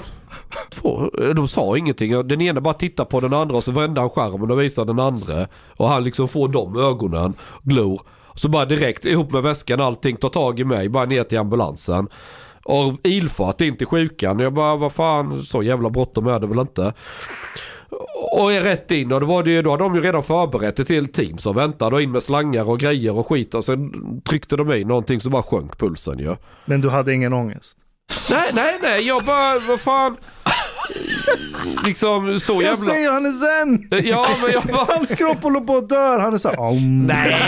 De sa ingenting. Den ena bara tittar på den andra och så vände han skärmen och visar den andra. Och han liksom får de ögonen, glor. Så bara direkt ihop med väskan allting, tar tag i mig, bara ner till ambulansen. Och ilfart in till sjukan. Jag bara, vad fan, så jävla bråttom är det väl inte. Och är rätt in, och då var det ju, då hade de ju redan förberett ett helt team som väntade och in med slangar och grejer och skit, och sen tryckte de i någonting som bara sjönk pulsen ju. Ja. Men du hade ingen ångest? Nej, nej, nej, jag bara, vad fan, liksom så jävla... Jag säger han är zen! Ja, men jag bara... Hans kropp håller på att dö, han är så här... Nej,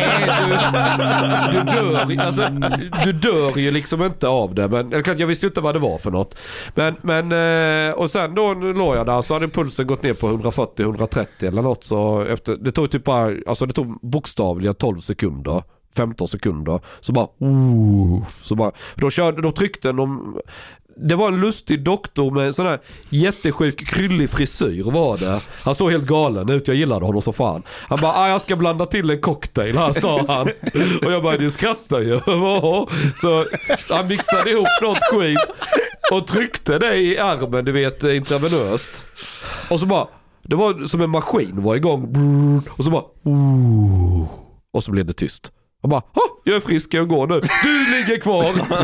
du, du dör, alltså, du dör ju liksom inte av det, men jag visste inte vad det var för något. Men, men och sen då låg jag där, så hade pulsen gått ner på hundrafyrtio till hundratrettio eller något, så efter, det tog typ bara, alltså det tog bokstavligen tolv sekunder. femton sekunder, så bara uh, så bara, då körde, då tryckte de, det var en lustig doktor med en sån här jättesjuk kryllig frisyr var det. Han såg helt galen ut, jag gillade honom så fan. Han bara, ah, jag ska blanda till en cocktail här, sa han. Och jag bara, du skrattar ju. Så han mixade ihop något skit och tryckte det i armen, du vet, intravenöst. Och så bara, det var som en maskin var igång, och så bara uh, och så blev det tyst. Jag bara, jag är frisk, jag går nu. Du ligger kvar.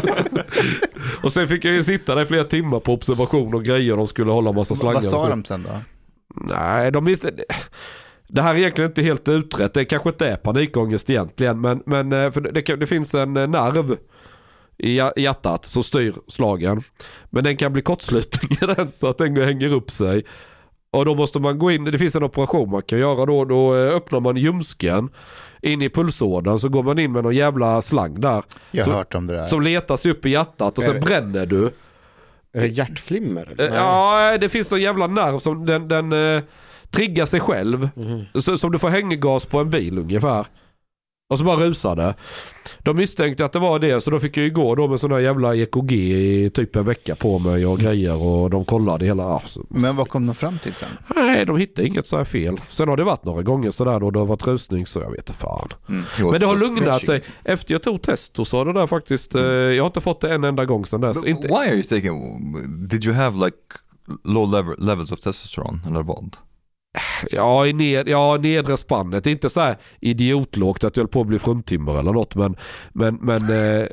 Och sen fick jag ju sitta där flera timmar på observation och grejer. De skulle hålla en massa slangar. Vad sa de sen då? Nej, de visste... Det här är egentligen inte helt utrett. Det kanske inte är panikångest egentligen. Men, men för det, det finns en nerv i hjärtat som styr slagen. Men den kan bli kortslutning i den, så att den hänger upp sig. Och då måste man gå in, det finns en operation man kan göra då, då öppnar man ljumsken in i pulsådern, så går man in med någon jävla slang där. Jag har som, hört om det där. Som letar sig upp i hjärtat och sen bränner du. Är det hjärtflimmer? Eller? Ja, det finns någon jävla nerv som den, den eh, triggar sig själv. Mm. Så, som du får hänggas på en bil ungefär. Och så bara rusade. De misstänkte att det var det, så då fick jag ju gå då med sån här jävla E K G i typ en vecka på mig och grejer, och de kollade hela... Alltså. Men vad kom de fram till sen? Nej, de hittade inget så här fel. Sen har det varit några gånger sådär då det har varit rusning, så jag vet inte fan. Mm. Men det har lugnat sig. Efter jag tog test och så det där faktiskt, mm. eh, jag har inte fått det en enda gång sedan dess. Inte... Why are you taking... Did you have like low level, levels of testosterone eller vad? Ja, i ned, ja, nedre spannet. Det är inte så här idiotlågt att jag höll på att bli fruntimmer eller något, men men men eh,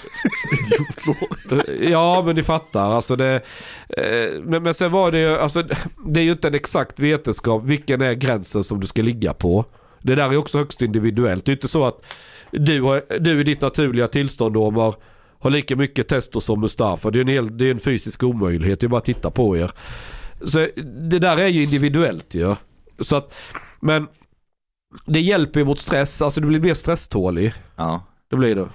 idiotlågt. Ja, men ni fattar alltså det, eh, men, men sen var det ju alltså, det är ju inte en exakt vetenskap vilken är gränsen som du ska ligga på. Det där är också högst individuellt. Det är inte så att du har, du i ditt naturliga tillstånd Omar har lika mycket testo som Mustafa. Det är en hel, det är en fysisk omöjlighet. Det är bara att titta på er. Så det där är ju individuellt ju. Så att, men det hjälper ju mot stress. Alltså du blir mer stresstålig. Ja. Det blir det.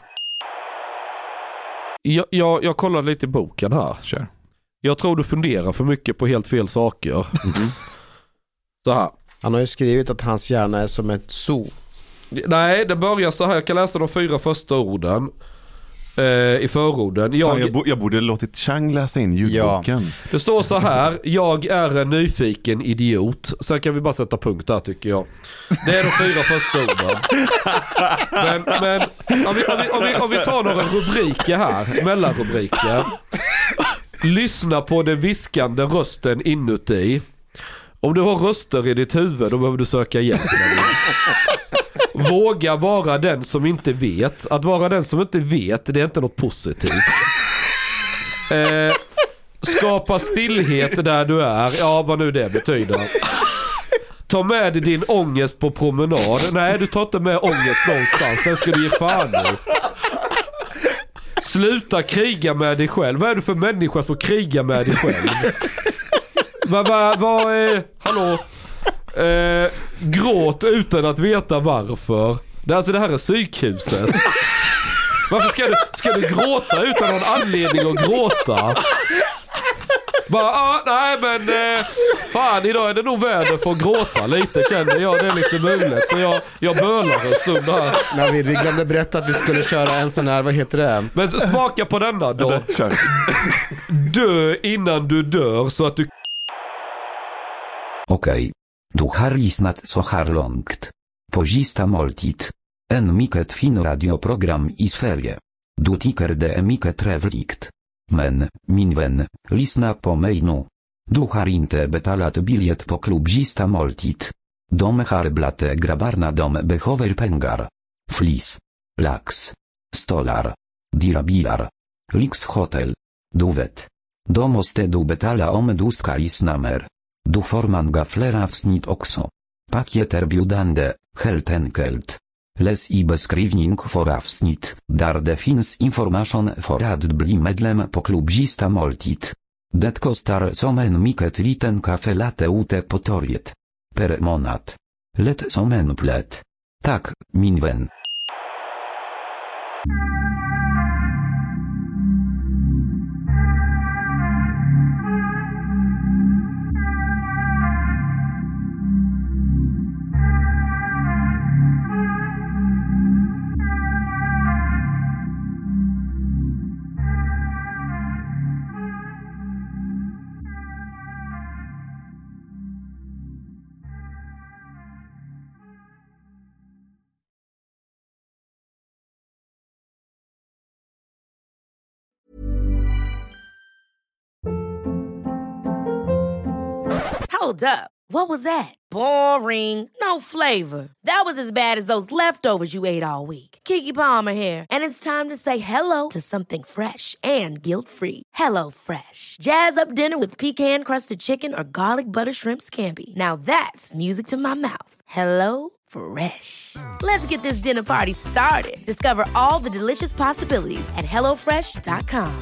Jag, jag, jag kollade lite i boken här. Sure. Jag tror du funderar för mycket på helt fel saker. Mm-hmm. Så här. Han har ju skrivit att hans hjärna är som ett zoo. Nej, det börjar så här. Jag kan läsa de fyra första orden. I förorden. Jag, Fan, jag, bo, jag borde låtit Chang läsa in ljudboken. Ja. Det står så här: jag är en nyfiken idiot. Sen kan vi bara sätta punkt där, tycker jag. Det är de fyra första orden. Men, men om, vi, om, vi, om, vi, om vi tar några rubriker här, mellanrubriker. Lyssna på den viskande rösten inuti. Om du har röster i ditt huvud, då behöver du söka hjälp. Våga vara den som inte vet. Att vara den som inte vet, det är inte något positivt. eh, Skapa stillhet där du är. Ja, vad nu det betyder. Ta med dig din ångest på promenad. Nej, du tar inte med ångest någonstans. Den ska du ge fan nu. Sluta kriga med dig själv. Vad är du för människa som krigar med dig själv? Vad va, va, eh, hallå? Eh, gråt utan att veta varför. Det, alltså det här är psykhuset. Varför ska du, ska du gråta utan någon anledning att gråta? Bara, ah, nej men eh, fan idag är det nog väder för att gråta lite, känner jag. Det är lite mulet, så jag, jag bölar en stund här. Navid, vi glömde berätta att vi skulle köra en sån här, vad heter det? Men smaka på denna då. Dö innan du dör så att du... Okej. Du har lyssnat så här långt. På sista måltid. En mycket fin radioprogram i Sverige. Du tycker det är mycket trevligt. Men, min vän, lyssna på mig nu. Du har inte betalat biljett på klubb sista måltid. De har blate grabbarna, de behöver pengar. Flis. Lax. Stolar. Dyra bilar. Lyxhotel. Du vet. Då måste du betala om du ska lyssna mer. Du får många fler avsnitt också. Paket erbjudande, helt enkelt. Läs i beskrivning för avsnitt, där det finns information för att bli medlem på klubb sista måltid. Det kostar som en mycket liten kaffe latte ute på torget. Per månad. Lätt som en plätt. Tack, min vän. Hold up. What was that? Boring. No flavor. That was as bad as those leftovers you ate all week. Keke Palmer here, and it's time to say hello to something fresh and guilt-free. Hello Fresh. Jazz up dinner with pecan-crusted chicken or garlic butter shrimp scampi. Now that's music to my mouth. Hello Fresh. Let's get this dinner party started. Discover all the delicious possibilities at hello fresh dot com.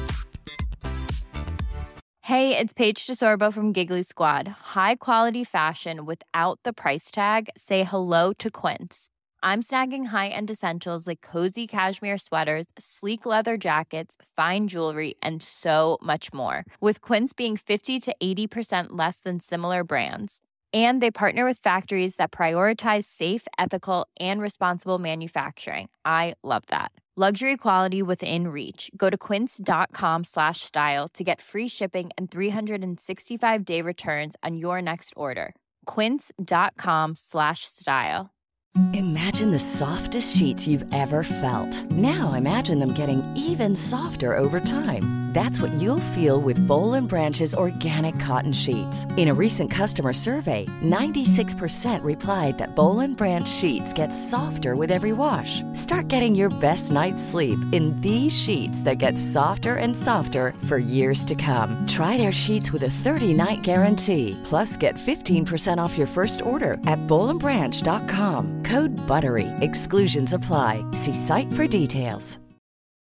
Hey, it's Paige DeSorbo from Giggly Squad. High quality fashion without the price tag. Say hello to Quince. I'm snagging high-end essentials like cozy cashmere sweaters, sleek leather jackets, fine jewelry, and so much more. With Quince being fifty to eighty percent less than similar brands. And they partner with factories that prioritize safe, ethical, and responsible manufacturing. I love that. Luxury quality within reach. Go to quince.com slash style to get free shipping and three sixty-five day returns on your next order. Quince.com slash style. Imagine the softest sheets you've ever felt. Now imagine them getting even softer over time. That's what you'll feel with Boll and Branch's organic cotton sheets. In a recent customer survey, ninety-six percent replied that Boll and Branch sheets get softer with every wash. Start getting your best night's sleep in these sheets that get softer and softer for years to come. Try their sheets with a thirty-night guarantee. Plus, get fifteen percent off your first order at boll and branch dot com. Code BUTTERY. Exclusions apply. See site for details.